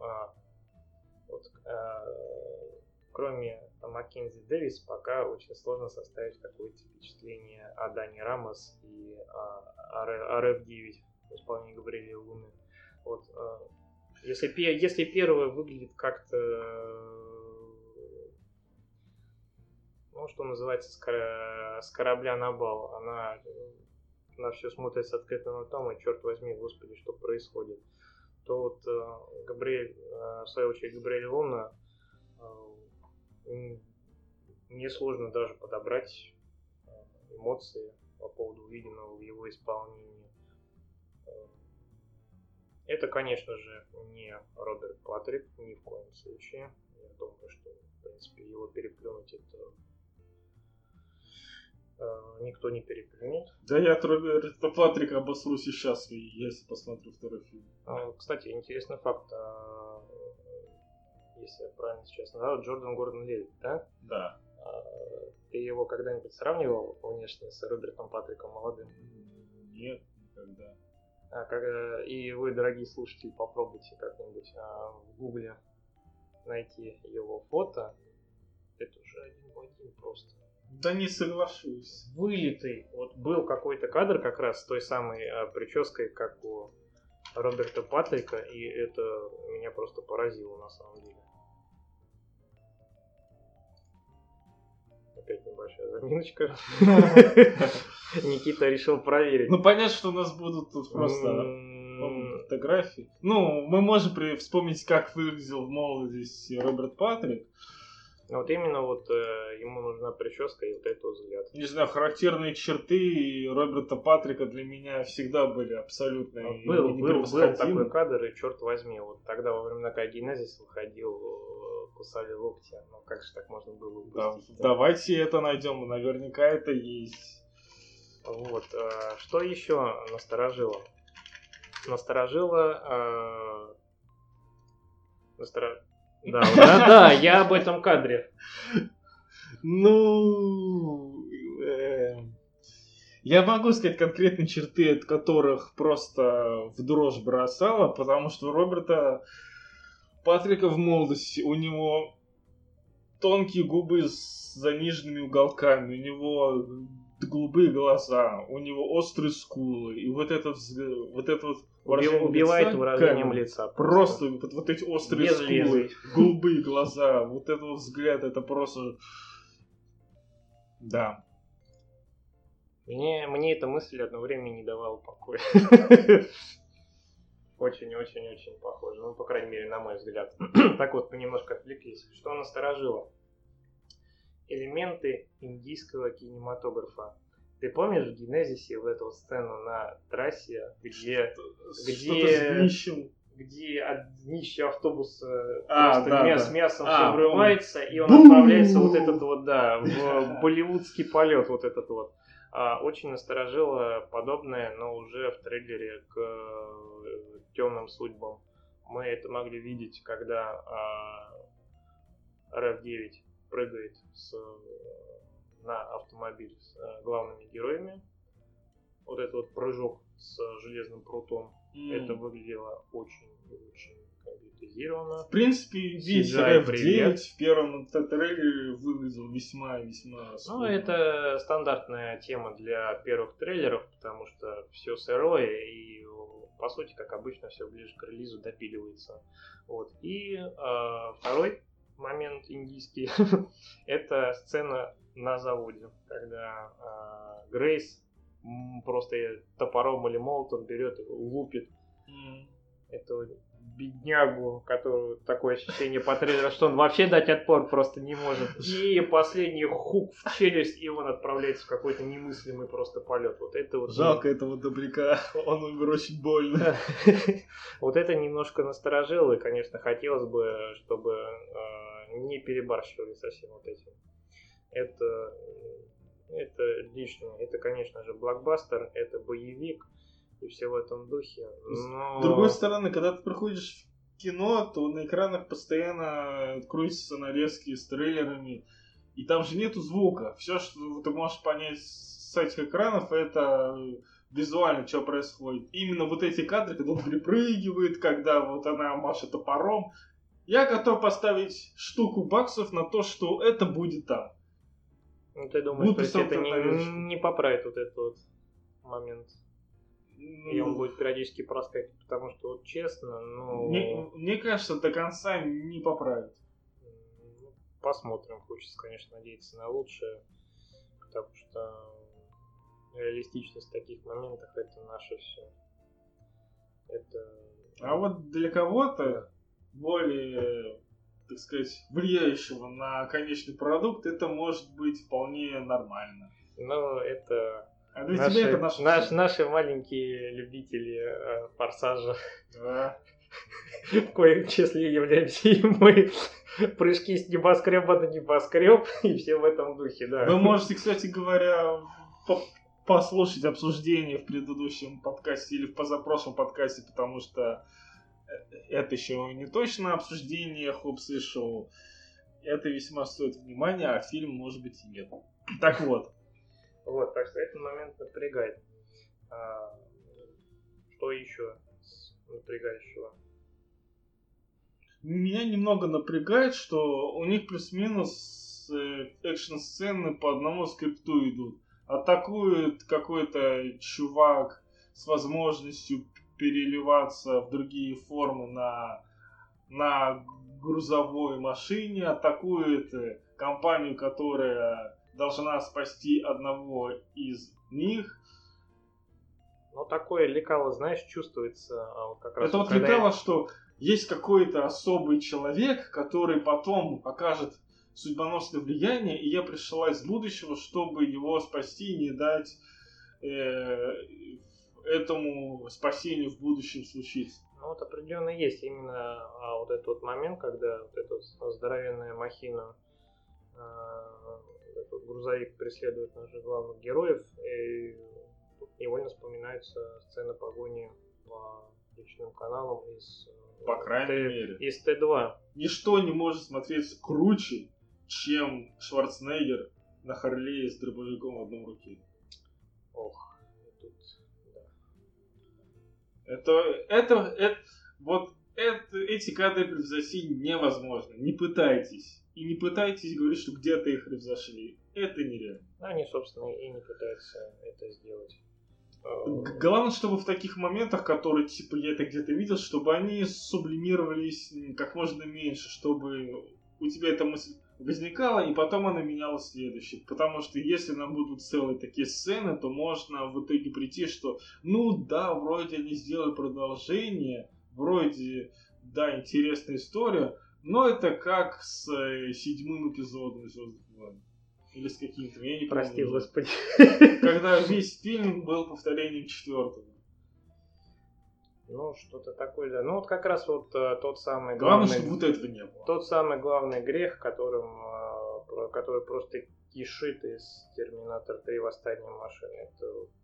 кроме Маккензи Дэвис, пока очень сложно составить какое-то впечатление о Дани Рамос и РФ-9 в исполнении Габриэля Луны. Вот, если первая выглядит как-то, что называется, с корабля на бал, она все смотрит с открытым ртом, и черт возьми, господи, что происходит, то вот Габриэль, в свою очередь, Габриэль Луна, мне сложно даже подобрать эмоции по поводу увиденного в его исполнении. Это, конечно же, не Роберт Патрик, ни в коем случае. Я думаю, что, в принципе, его переплюнуть это никто не переплюнет. Да я от Роберта Патрика обосру сейчас, если посмотрю второй фильм. Кстати, интересный факт. если я правильно сейчас назвал, Джордан Гордон Левитт, да? Да. Ты его когда-нибудь сравнивал внешне с Робертом Патриком молодым? Нет, никогда. И вы, дорогие слушатели, попробуйте как-нибудь в Гугле найти его фото. Это уже один в один просто. Да не соглашусь. Вылитый. Вот был какой-то кадр как раз с той самой прической, как у Роберта Патрика, и это меня просто поразило на самом деле. Опять небольшая заминочка. Никита решил проверить. Ну, понятно, что у нас будут тут просто фотографии. Ну, мы можем вспомнить, как выглядел в молодости Роберт Патрик. Вот именно вот ему нужна прическа и вот этот взгляд. Не знаю, характерные черты Роберта Патрика для меня всегда были абсолютно Был такой кадр, и черт возьми, вот тогда во времена Генезис выходил, кусали локти. Ну как же так можно было упустить? Да, давайте это найдем, наверняка это есть. Вот. Что еще насторожило? Да, я об этом кадре. Ну, я могу сказать конкретные черты, от которых просто в дрожь бросало, потому что у Роберта Патрика в молодости у него тонкие губы с заниженными уголками, у него голубые глаза, у него острые скулы, и вот это вот убивает лица, выражением лица. Просто вот эти острые без скулы, лезвий. голубые глаза, вот этот вот взгляд, это просто... Да. Мне эта мысль одно время не давала покоя. Очень-очень-очень похоже. Ну, по крайней мере, на мой взгляд. Так вот, мы немножко отвлеклись. Что насторожило? Элементы индийского кинематографа. Ты помнишь в Генезисе вот эту сцену на трассе, где от днища автобуса с мясом все врывается, и он отправляется вот этот вот, в болливудский полет вот этот вот. Очень насторожило подобное, но уже в трейлере к «Темным судьбам». Мы это могли видеть, когда RF-9 прыгает на автомобиль с главными героями. Вот этот вот прыжок с железным прутом. Это выглядело очень компьютеризировано. В принципе, весь RF-9 в первом трейлере выглядел весьма... Ну, это стандартная тема для первых трейлеров, потому что все сырое и, по сути, как обычно, все ближе к релизу допиливается. Вот. И второй момент индийский это сцена на заводе, когда Грейс просто топором или молотом берет и лупит этого беднягу, который такое ощущение по трейлеру, что он вообще дать отпор просто не может. И последний хук в челюсть, и он отправляется в какой-то немыслимый просто полет. Вот это вот. Жалко этого добряка, он умер очень больно. Вот это немножко насторожило, и, конечно, хотелось бы, чтобы не перебарщивали совсем вот этим. Это лишнее. Это, конечно же, блокбастер, это боевик и все в этом духе. Но... С другой стороны, когда ты приходишь в кино, то на экранах постоянно крутятся нарезки с трейлерами, и там же нету звука. Все, что ты можешь понять с этих экранов, это визуально, что происходит. Именно вот эти кадры, когда он перепрыгивает, когда вот она машет топором. Я готов поставить штуку баксов на то, что это будет там. Ну, ты думаешь, то есть это не поправит вот этот вот момент? И он будет периодически проскакивать, потому что, вот честно, Мне кажется, до конца не поправит. Посмотрим. Хочется, конечно, надеяться на лучшее, потому что реалистичность в таких моментах — это наше все. А вот для кого-то более, так сказать, влияющего на конечный продукт, это может быть вполне нормально. Но это... А для тебя это наши маленькие любители форсажа, да. в коем числе являемся и мы. Прыжки с небоскреба на небоскреб и все в этом духе, да. Вы можете, кстати говоря, послушать обсуждение в предыдущем подкасте или в позапрошлом подкасте, потому что это еще не точно обсуждение Хоббса и Шоу. Это весьма стоит внимания, а фильм, может быть, и нет. Так вот. Вот, так что этот момент напрягает. Что еще напрягающего? Меня немного напрягает, что у них плюс-минус экшн-сцены по одному скрипту идут. Атакует какой-то чувак с возможностью переливаться в другие формы на грузовой машине, атакует компанию, которая должна спасти одного из них. Ну, такое лекало, знаешь, чувствуется как раз... Это вот лекало, что есть какой-то особый человек, который потом окажет судьбоносное влияние, и я пришла из будущего, чтобы его спасти и не дать этому спасению в будущем случиться. Ну, вот определенно есть именно вот этот вот момент, когда вот эта вот здоровенная махина, этот грузовик преследует наших главных героев, и тут невольно вспоминается сцена погони по личным каналам из... По крайней мере. Из Т2. Ничто не может смотреться круче, чем Шварценеггер на Харлее с дробовиком в одной руке. Ох, тут, да. Эти кадры превзойти невозможно. Не пытайтесь. И не пытайтесь говорить, что где-то их превзошли. Это нереально. Они, собственно, и не пытаются это сделать. Главное, чтобы в таких моментах, которые, типа, я это где-то видел, чтобы они сублимировались как можно меньше, чтобы у тебя эта мысль возникала, и потом она меняла следующий. Потому что если нам будут целые такие сцены, то можно в итоге прийти, что, ну да, вроде они сделали продолжение, вроде, да, интересная история, но это как с 7-м эпизодом «Звездных войн». Или с каким-то, я не помню. Прости, Господи. Когда весь фильм был повторением 4-го. Ну, что-то такое, да. Ну, вот как раз вот тот самый Главное, главный... чтобы вот этого не было. Тот самый главный грех, который просто кишит из Терминатор 3 Восстание машины. Это вот,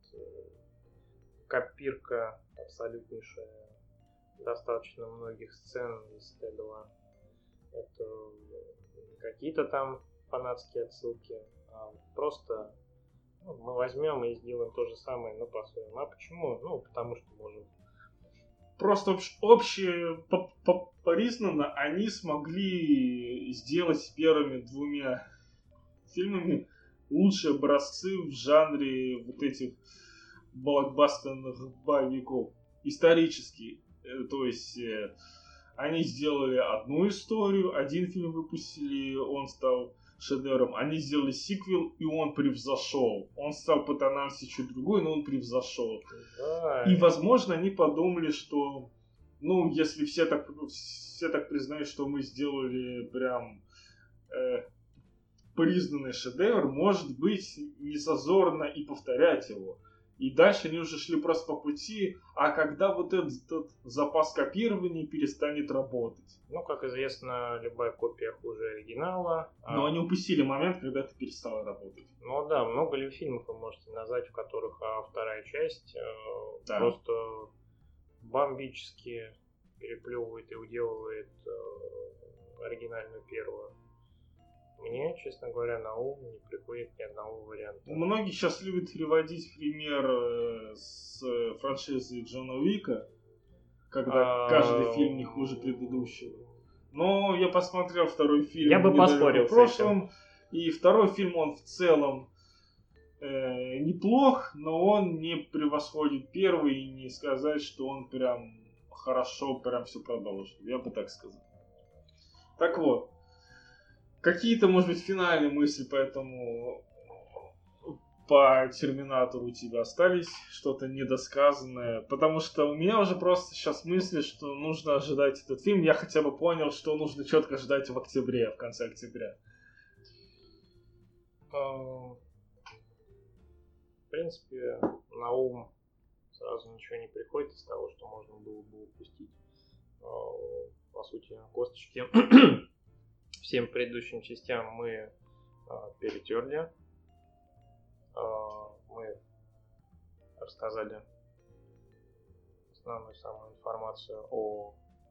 копирка абсолютнейшая достаточно многих сцен из Т2. Это какие-то там фанатские отсылки, а просто мы возьмем и сделаем то же самое, но по-своему. А почему? Ну, потому что можем. Просто признано, они смогли сделать первыми 2 фильмами лучшие образцы в жанре вот этих блокбастерных боевиков. Исторические. То есть они сделали одну историю, один фильм выпустили, он стал шедевром. Они сделали сиквел, и он превзошел. Он стал по тональности чуть другой, но он превзошел. Да. И, возможно, они подумали, что, ну, если все так признают, что мы сделали прям признанный шедевр, может быть, не зазорно и повторять его. И дальше они уже шли просто по пути, а когда вот этот запас копирования перестанет работать. Ну, как известно, любая копия хуже оригинала. Но они упустили момент, когда это перестало работать. Ну да, много ли фильмов вы можете назвать, в которых вторая часть просто бомбически переплевывает и уделывает оригинальную первую. Мне, честно говоря, на ум не приходит ни одного варианта. Многие сейчас любят приводить пример с франшизы Джона Уика, когда каждый фильм не хуже предыдущего. Но я посмотрел второй фильм. Я бы поспорил в прошлом. И второй фильм, он в целом неплох, но он не превосходит первый. И не сказать, что он прям хорошо прям все продолжил. Я бы так сказал. Так вот. Какие-то, может быть, финальные мысли по Терминатору у тебя остались? Что-то недосказанное? Потому что у меня уже просто сейчас мысли, что нужно ожидать этот фильм. Я хотя бы понял, что нужно четко ждать в октябре, в конце октября. В принципе, на ум сразу ничего не приходит из того, что можно было бы упустить. По сути, косточки всем предыдущим частям мы перетерли. Мы рассказали основную самую информацию о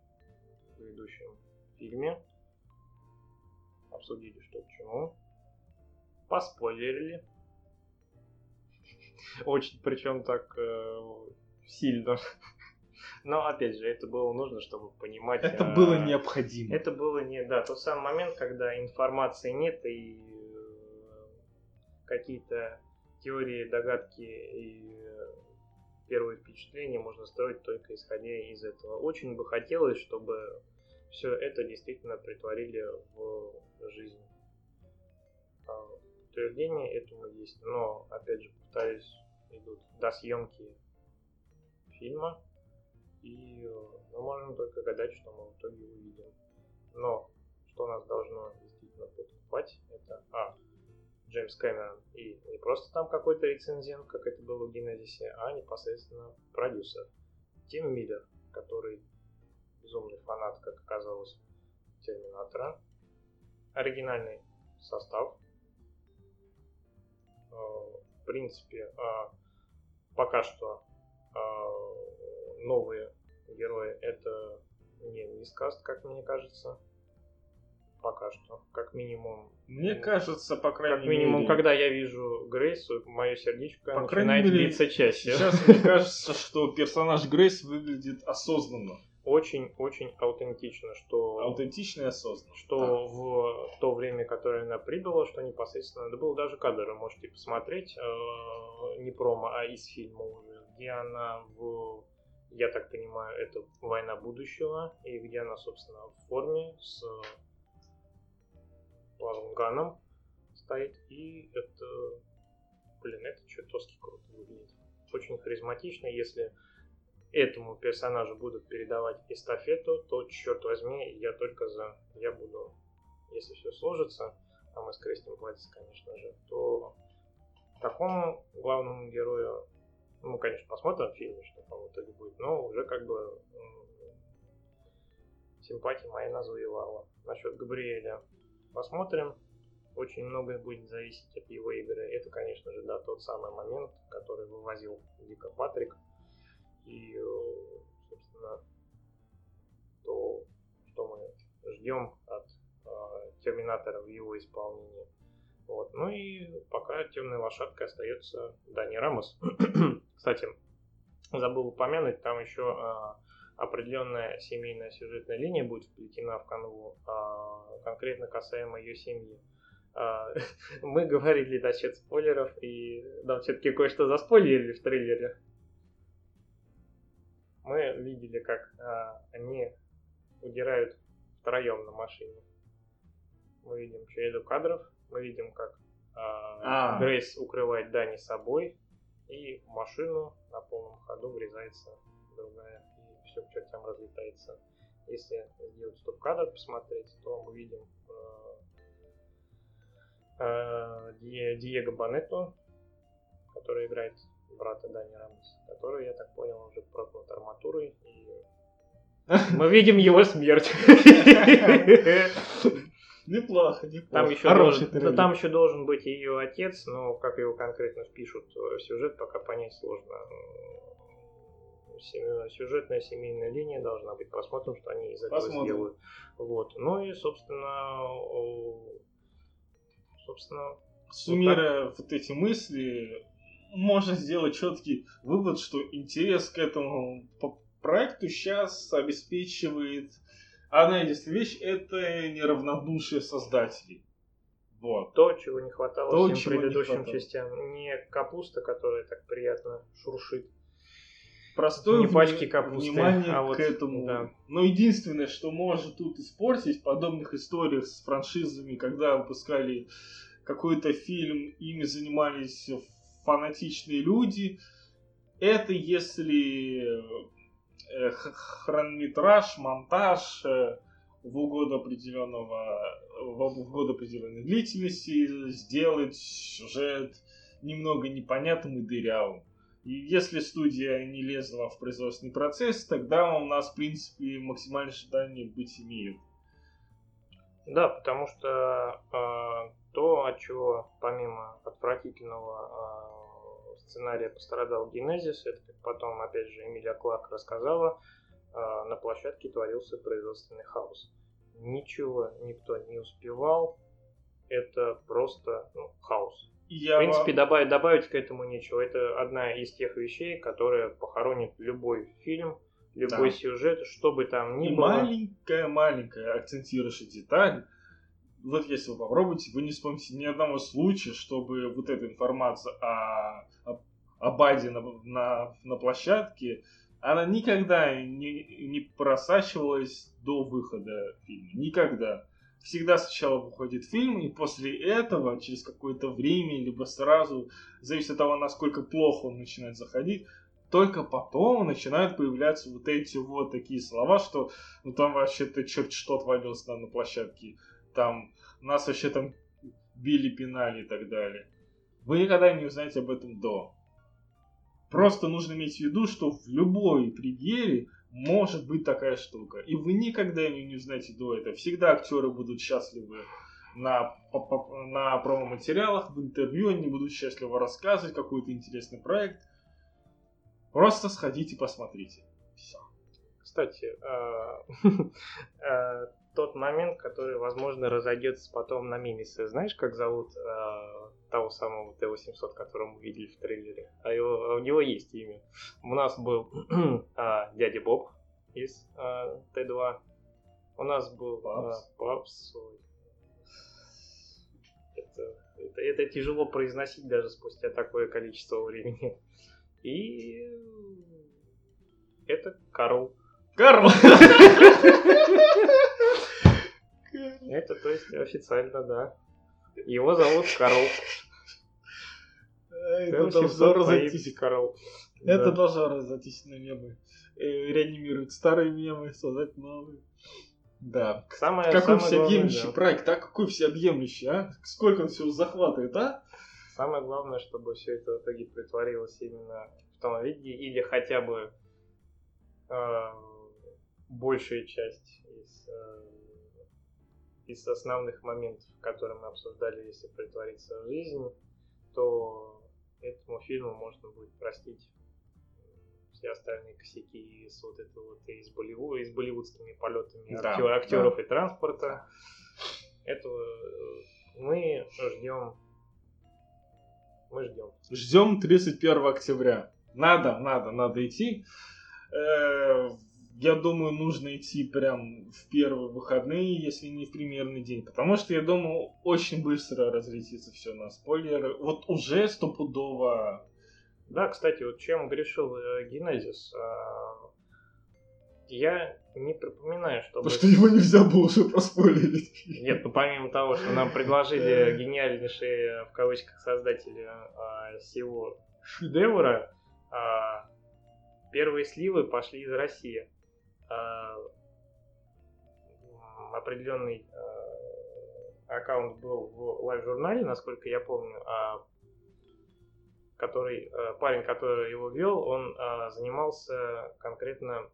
предыдущем фильме. Обсудили, что к чему. Поспойлерили. Очень, причем так сильно. Но, опять же, это было нужно, чтобы понимать... Это было необходимо. Это было тот самый момент, когда информации нет, и какие-то теории, догадки и первые впечатления можно строить только исходя из этого. Очень бы хотелось, чтобы все это действительно претворили в жизнь. Подтверждение этому есть. Но, опять же, повторюсь, идут досъемки фильма. И мы можем только гадать, что мы в итоге увидим. Но что нас должно действительно подкупать, это Джеймс Кэмерон. И не просто там какой-то рецензент, как это было в Генезисе, а непосредственно продюсер. Тим Миллер, который безумный фанат, как оказалось, Терминатора. Оригинальный состав. В принципе, пока что новые герои — это не мискаст, как мне кажется. Пока что. Как минимум... Мне кажется, по крайней мере... Как минимум, когда я вижу Грейс, мое сердечко начинает биться чаще. Сейчас мне кажется, что персонаж Грейс выглядит осознанно. Очень аутентично, что... Аутентично и осознанно. Что в то время, которое она прибыла, что непосредственно... Это был даже кадр, вы можете посмотреть, не промо, а из фильма уже, где она я так понимаю, это «Война будущего», и где она, собственно, в форме с плазмганом стоит, и это чертовски круто выглядит. Очень харизматично. Если этому персонажу будут передавать эстафету, то, черт возьми, я только за. Я буду, если все сложится, а мы с Кристин Платис, конечно же, то такому главному герою, мы, конечно, посмотрим в фильме, что там в итоге будет, но уже как бы симпатия моя завоевала. Насчет Габриэля посмотрим. Очень многое будет зависеть от его игры. Это, конечно же, тот самый момент, который вывозил Дико Патрик. И, собственно, то, что мы ждем от Терминатора в его исполнении. Вот. Ну и пока темной лошадкой остается Дани Рамос. Кстати, забыл упомянуть, там еще определенная семейная сюжетная линия будет вплетена в канву, конкретно касаемо ее семьи. Мы говорили насчет спойлеров, и нам все-таки кое-что заспойлерили в трейлере. Мы видели, как они удирают втроем на машине. Мы видим череду кадров, мы видим, как Грейс укрывает Дани собой, и в машину на полном ходу врезается другая, и все к чертям разлетается. Если сделать стоп-кадр, посмотреть, то мы видим Диего Бонетто, который играет брата Дани Рамос, который, я так понял, уже проткнут арматурой, и мы видим его смерть. Неплохо. Там еще должен быть ее отец, но как его конкретно впишут в сюжет, пока понять сложно. Сюжетная семейная линия должна быть. Посмотрим, что они из этого сделают. Вот. Ну и, собственно, суммируя вот эти мысли, можно сделать четкий вывод, что интерес к этому проекту сейчас обеспечивает одна единственная вещь — это неравнодушие создателей. Вот. То, чего не хватало всем предыдущим частям. Не капуста, которая так приятно шуршит. Простое не пачки капусты, внимание к этому. Да. Но единственное, что может тут испортить в подобных историях с франшизами, когда выпускали какой-то фильм, ими занимались фанатичные люди, это если хронометраж, монтаж в угоду определенной длительности сделать сюжет немного непонятным и дырявым. И если студия не лезла в производственный процесс, тогда у нас, в принципе, максимальные ожидания быть имеют. Да, потому что то, от чего помимо отвратительного сценария пострадал Генезис, это потом, опять же, Эмилия Кларк рассказала, на площадке творился производственный хаос. Ничего никто не успевал, это просто хаос. В принципе, добавить к этому нечего. Это одна из тех вещей, которая похоронит любой фильм, любой сюжет, что бы там ни было. Маленькая акцентирующая деталь. Вот если вы попробуете, вы не вспомните ни одного случая, чтобы вот эта информация о Баде на площадке, она никогда не просачивалась до выхода фильма. Никогда. Всегда сначала выходит фильм, и после этого, через какое-то время, либо сразу, зависит от того, насколько плохо он начинает заходить, только потом начинают появляться вот эти вот такие слова, что там вообще-то черт что творилось на площадке. Там нас вообще там били, пинали и так далее. Вы никогда не узнаете об этом до. Просто нужно иметь в виду, что в любой премьере может быть такая штука. И вы никогда не узнаете до этого. Всегда актеры будут счастливы на промо-материалах, в интервью они будут счастливо рассказывать какой-то интересный проект. Просто сходите и посмотрите. Все. Кстати, тот момент, который, возможно, разойдется потом на мемесы. Знаешь, как зовут того самого Т-800, которого мы видели в трейлере? У него есть имя. У нас был дядя Боб из Т-2. У нас был Папс. Это тяжело произносить даже спустя такое количество времени. И это Карл. Карл! Это, то есть, официально, да. Его зовут Карл. Это должно разойтись. Карл. Это должно разойтись на мемы. Реанимировать старые мемы, создать новые. Да. Какой всеобъемлющий проект, а? Какой всеобъемлющий, а? Сколько он всего захватывает, а? Самое главное, чтобы все это в итоге притворилось именно в том виде, или хотя бы большая часть из основных моментов, которые мы обсуждали, если притвориться в жизнь, то этому фильму можно будет простить все остальные косяки с вот это вот и с болливудскими полетами актеров и транспорта. Этого мы ждем. Ждем 31 октября. Надо идти. Я думаю, нужно идти прям в первые выходные, если не в премьерный день. Потому что, я думаю, очень быстро разлетится все на спойлеры. Вот уже стопудово. Да, кстати, вот чем грешил Генезис. Я не припоминаю, чтобы... Потому что его нельзя было уже проспойлерить. Нет, помимо того, что нам предложили гениальнейшие, в кавычках, создатели всего шедевра, первые сливы пошли из России. Определенный аккаунт был в лайв-журнале, насколько я помню, парень, который его вел, он занимался конкретно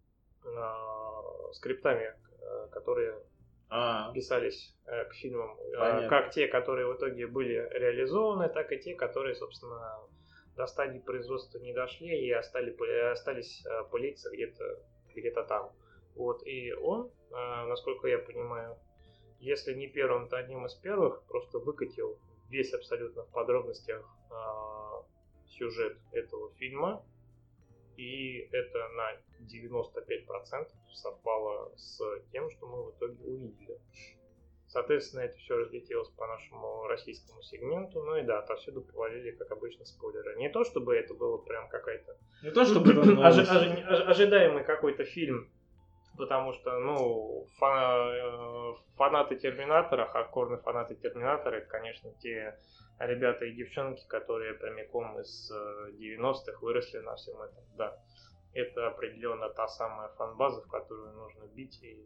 скриптами, которые писались к фильмам. Как те, которые в итоге были реализованы, так и те, которые, собственно, до стадии производства не дошли и остались пылиться где-то там. Вот. И он, насколько я понимаю, если не первым, то одним из первых, просто выкатил весь абсолютно в подробностях сюжет этого фильма. И это на 95% совпало с тем, что мы в итоге увидели. Соответственно, это все разлетелось по нашему российскому сегменту. Ну и да, отовсюду повалили, как обычно, спойлеры. Не то, чтобы это было прям какая-то... Не то, чтобы это ожидаемый какой-то фильм. Потому что, фанаты Терминатора, хардкорные фанаты Терминатора, это, конечно, те ребята и девчонки, которые прямиком из 90-х выросли на всем этом. Да, это определенно та самая фан-база, в которую нужно бить. И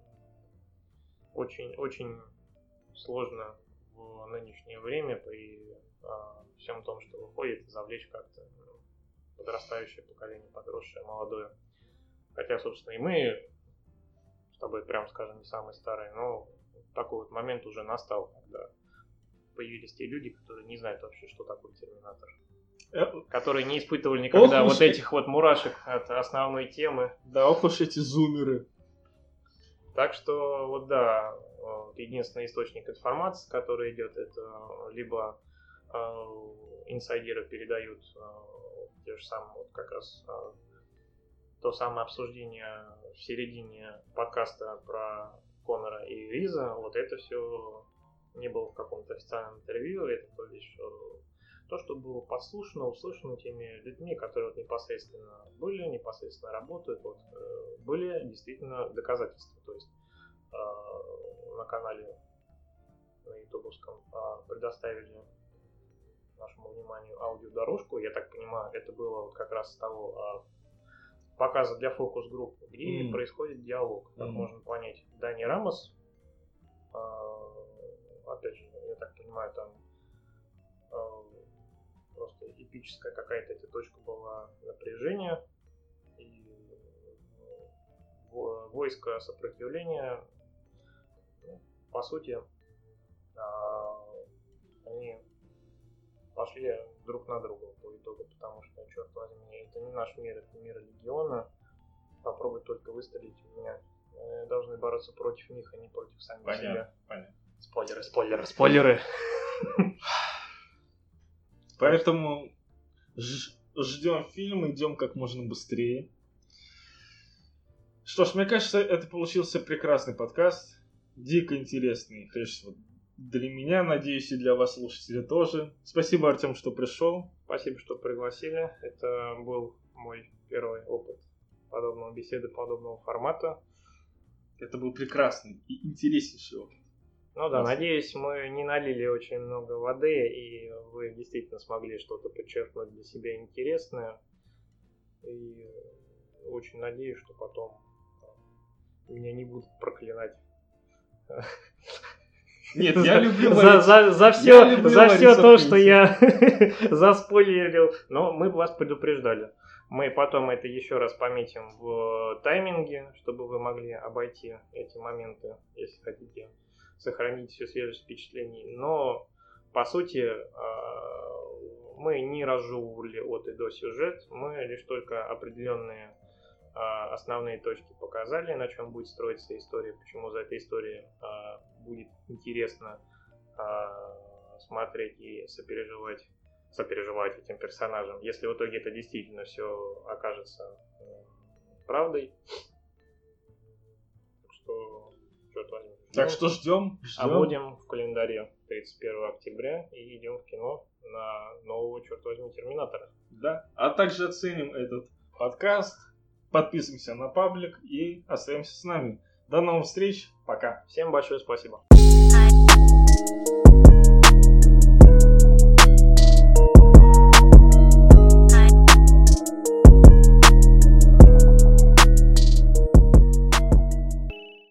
очень сложно в нынешнее время при всем том, что выходит, завлечь как-то подрастающее поколение, подросшее, молодое. Хотя, собственно, и мы с тобой, прям скажем, не самые старые, но такой вот момент уже настал, когда появились те люди, которые не знают вообще, что такое Терминатор. которые не испытывали никогда Ох вот уж этих вот мурашек от основной темы. Да, ох уж эти зумеры. Так что, вот да, единственный источник информации, который идет, это либо инсайдеры передают те же самые, вот как раз то самое обсуждение в середине подкаста про Конора и Риза, вот это все не было в каком-то официальном интервью, это то лишь то, что было послушано, услышано теми людьми, которые вот непосредственно были, непосредственно работают, вот, были действительно доказательства. То есть на канале на ютубовском предоставили нашему вниманию аудиодорожку. Я так понимаю, это было вот как раз с того показа для фокус-групп, где происходит диалог. Как можно понять, Дани Рамос, опять же, я так понимаю, там просто эпическая какая-то эта точка была напряжения, и войско сопротивления, по сути, они пошли друг на друга по итогу, потому что, черт возьми, это не наш мир, это мир легиона. Попробуй только выстрелить в меня. Мы должны бороться против них, а не против самих себя. Понятно. Спойлеры. Поэтому ждем фильм, идем как можно быстрее. Что ж, мне кажется, это получился прекрасный подкаст. Дико интересный, прежде всего, для меня, надеюсь, и для вас, слушателей, тоже. Спасибо, Артем, что пришел. Спасибо, что пригласили. Это был мой первый опыт подобного беседы, подобного формата. Это был прекрасный и интереснейший опыт. Ну да, надеюсь, мы не налили очень много воды, и вы действительно смогли что-то подчеркнуть для себя интересное. И очень надеюсь, что потом меня не будут проклинать. Нет, я люблю за все то, что я заспойлерил. Но мы вас предупреждали. Мы потом это еще раз пометим в тайминге, чтобы вы могли обойти эти моменты, если хотите сохранить все свежесть впечатлений. Но, по сути, мы не разжевывали от и до сюжет, мы лишь только определенные основные точки показали, на чем будет строиться история, почему за этой историей будет интересно смотреть и сопереживать этим персонажам, если в итоге это действительно все окажется правдой. Так что ждем. А будем в календаре 31 октября и идем в кино на нового, черт возьми, Терминатора. Да, а также оценим этот подкаст, подписываемся на паблик и остаемся с нами. До новых встреч, пока. Всем большое спасибо.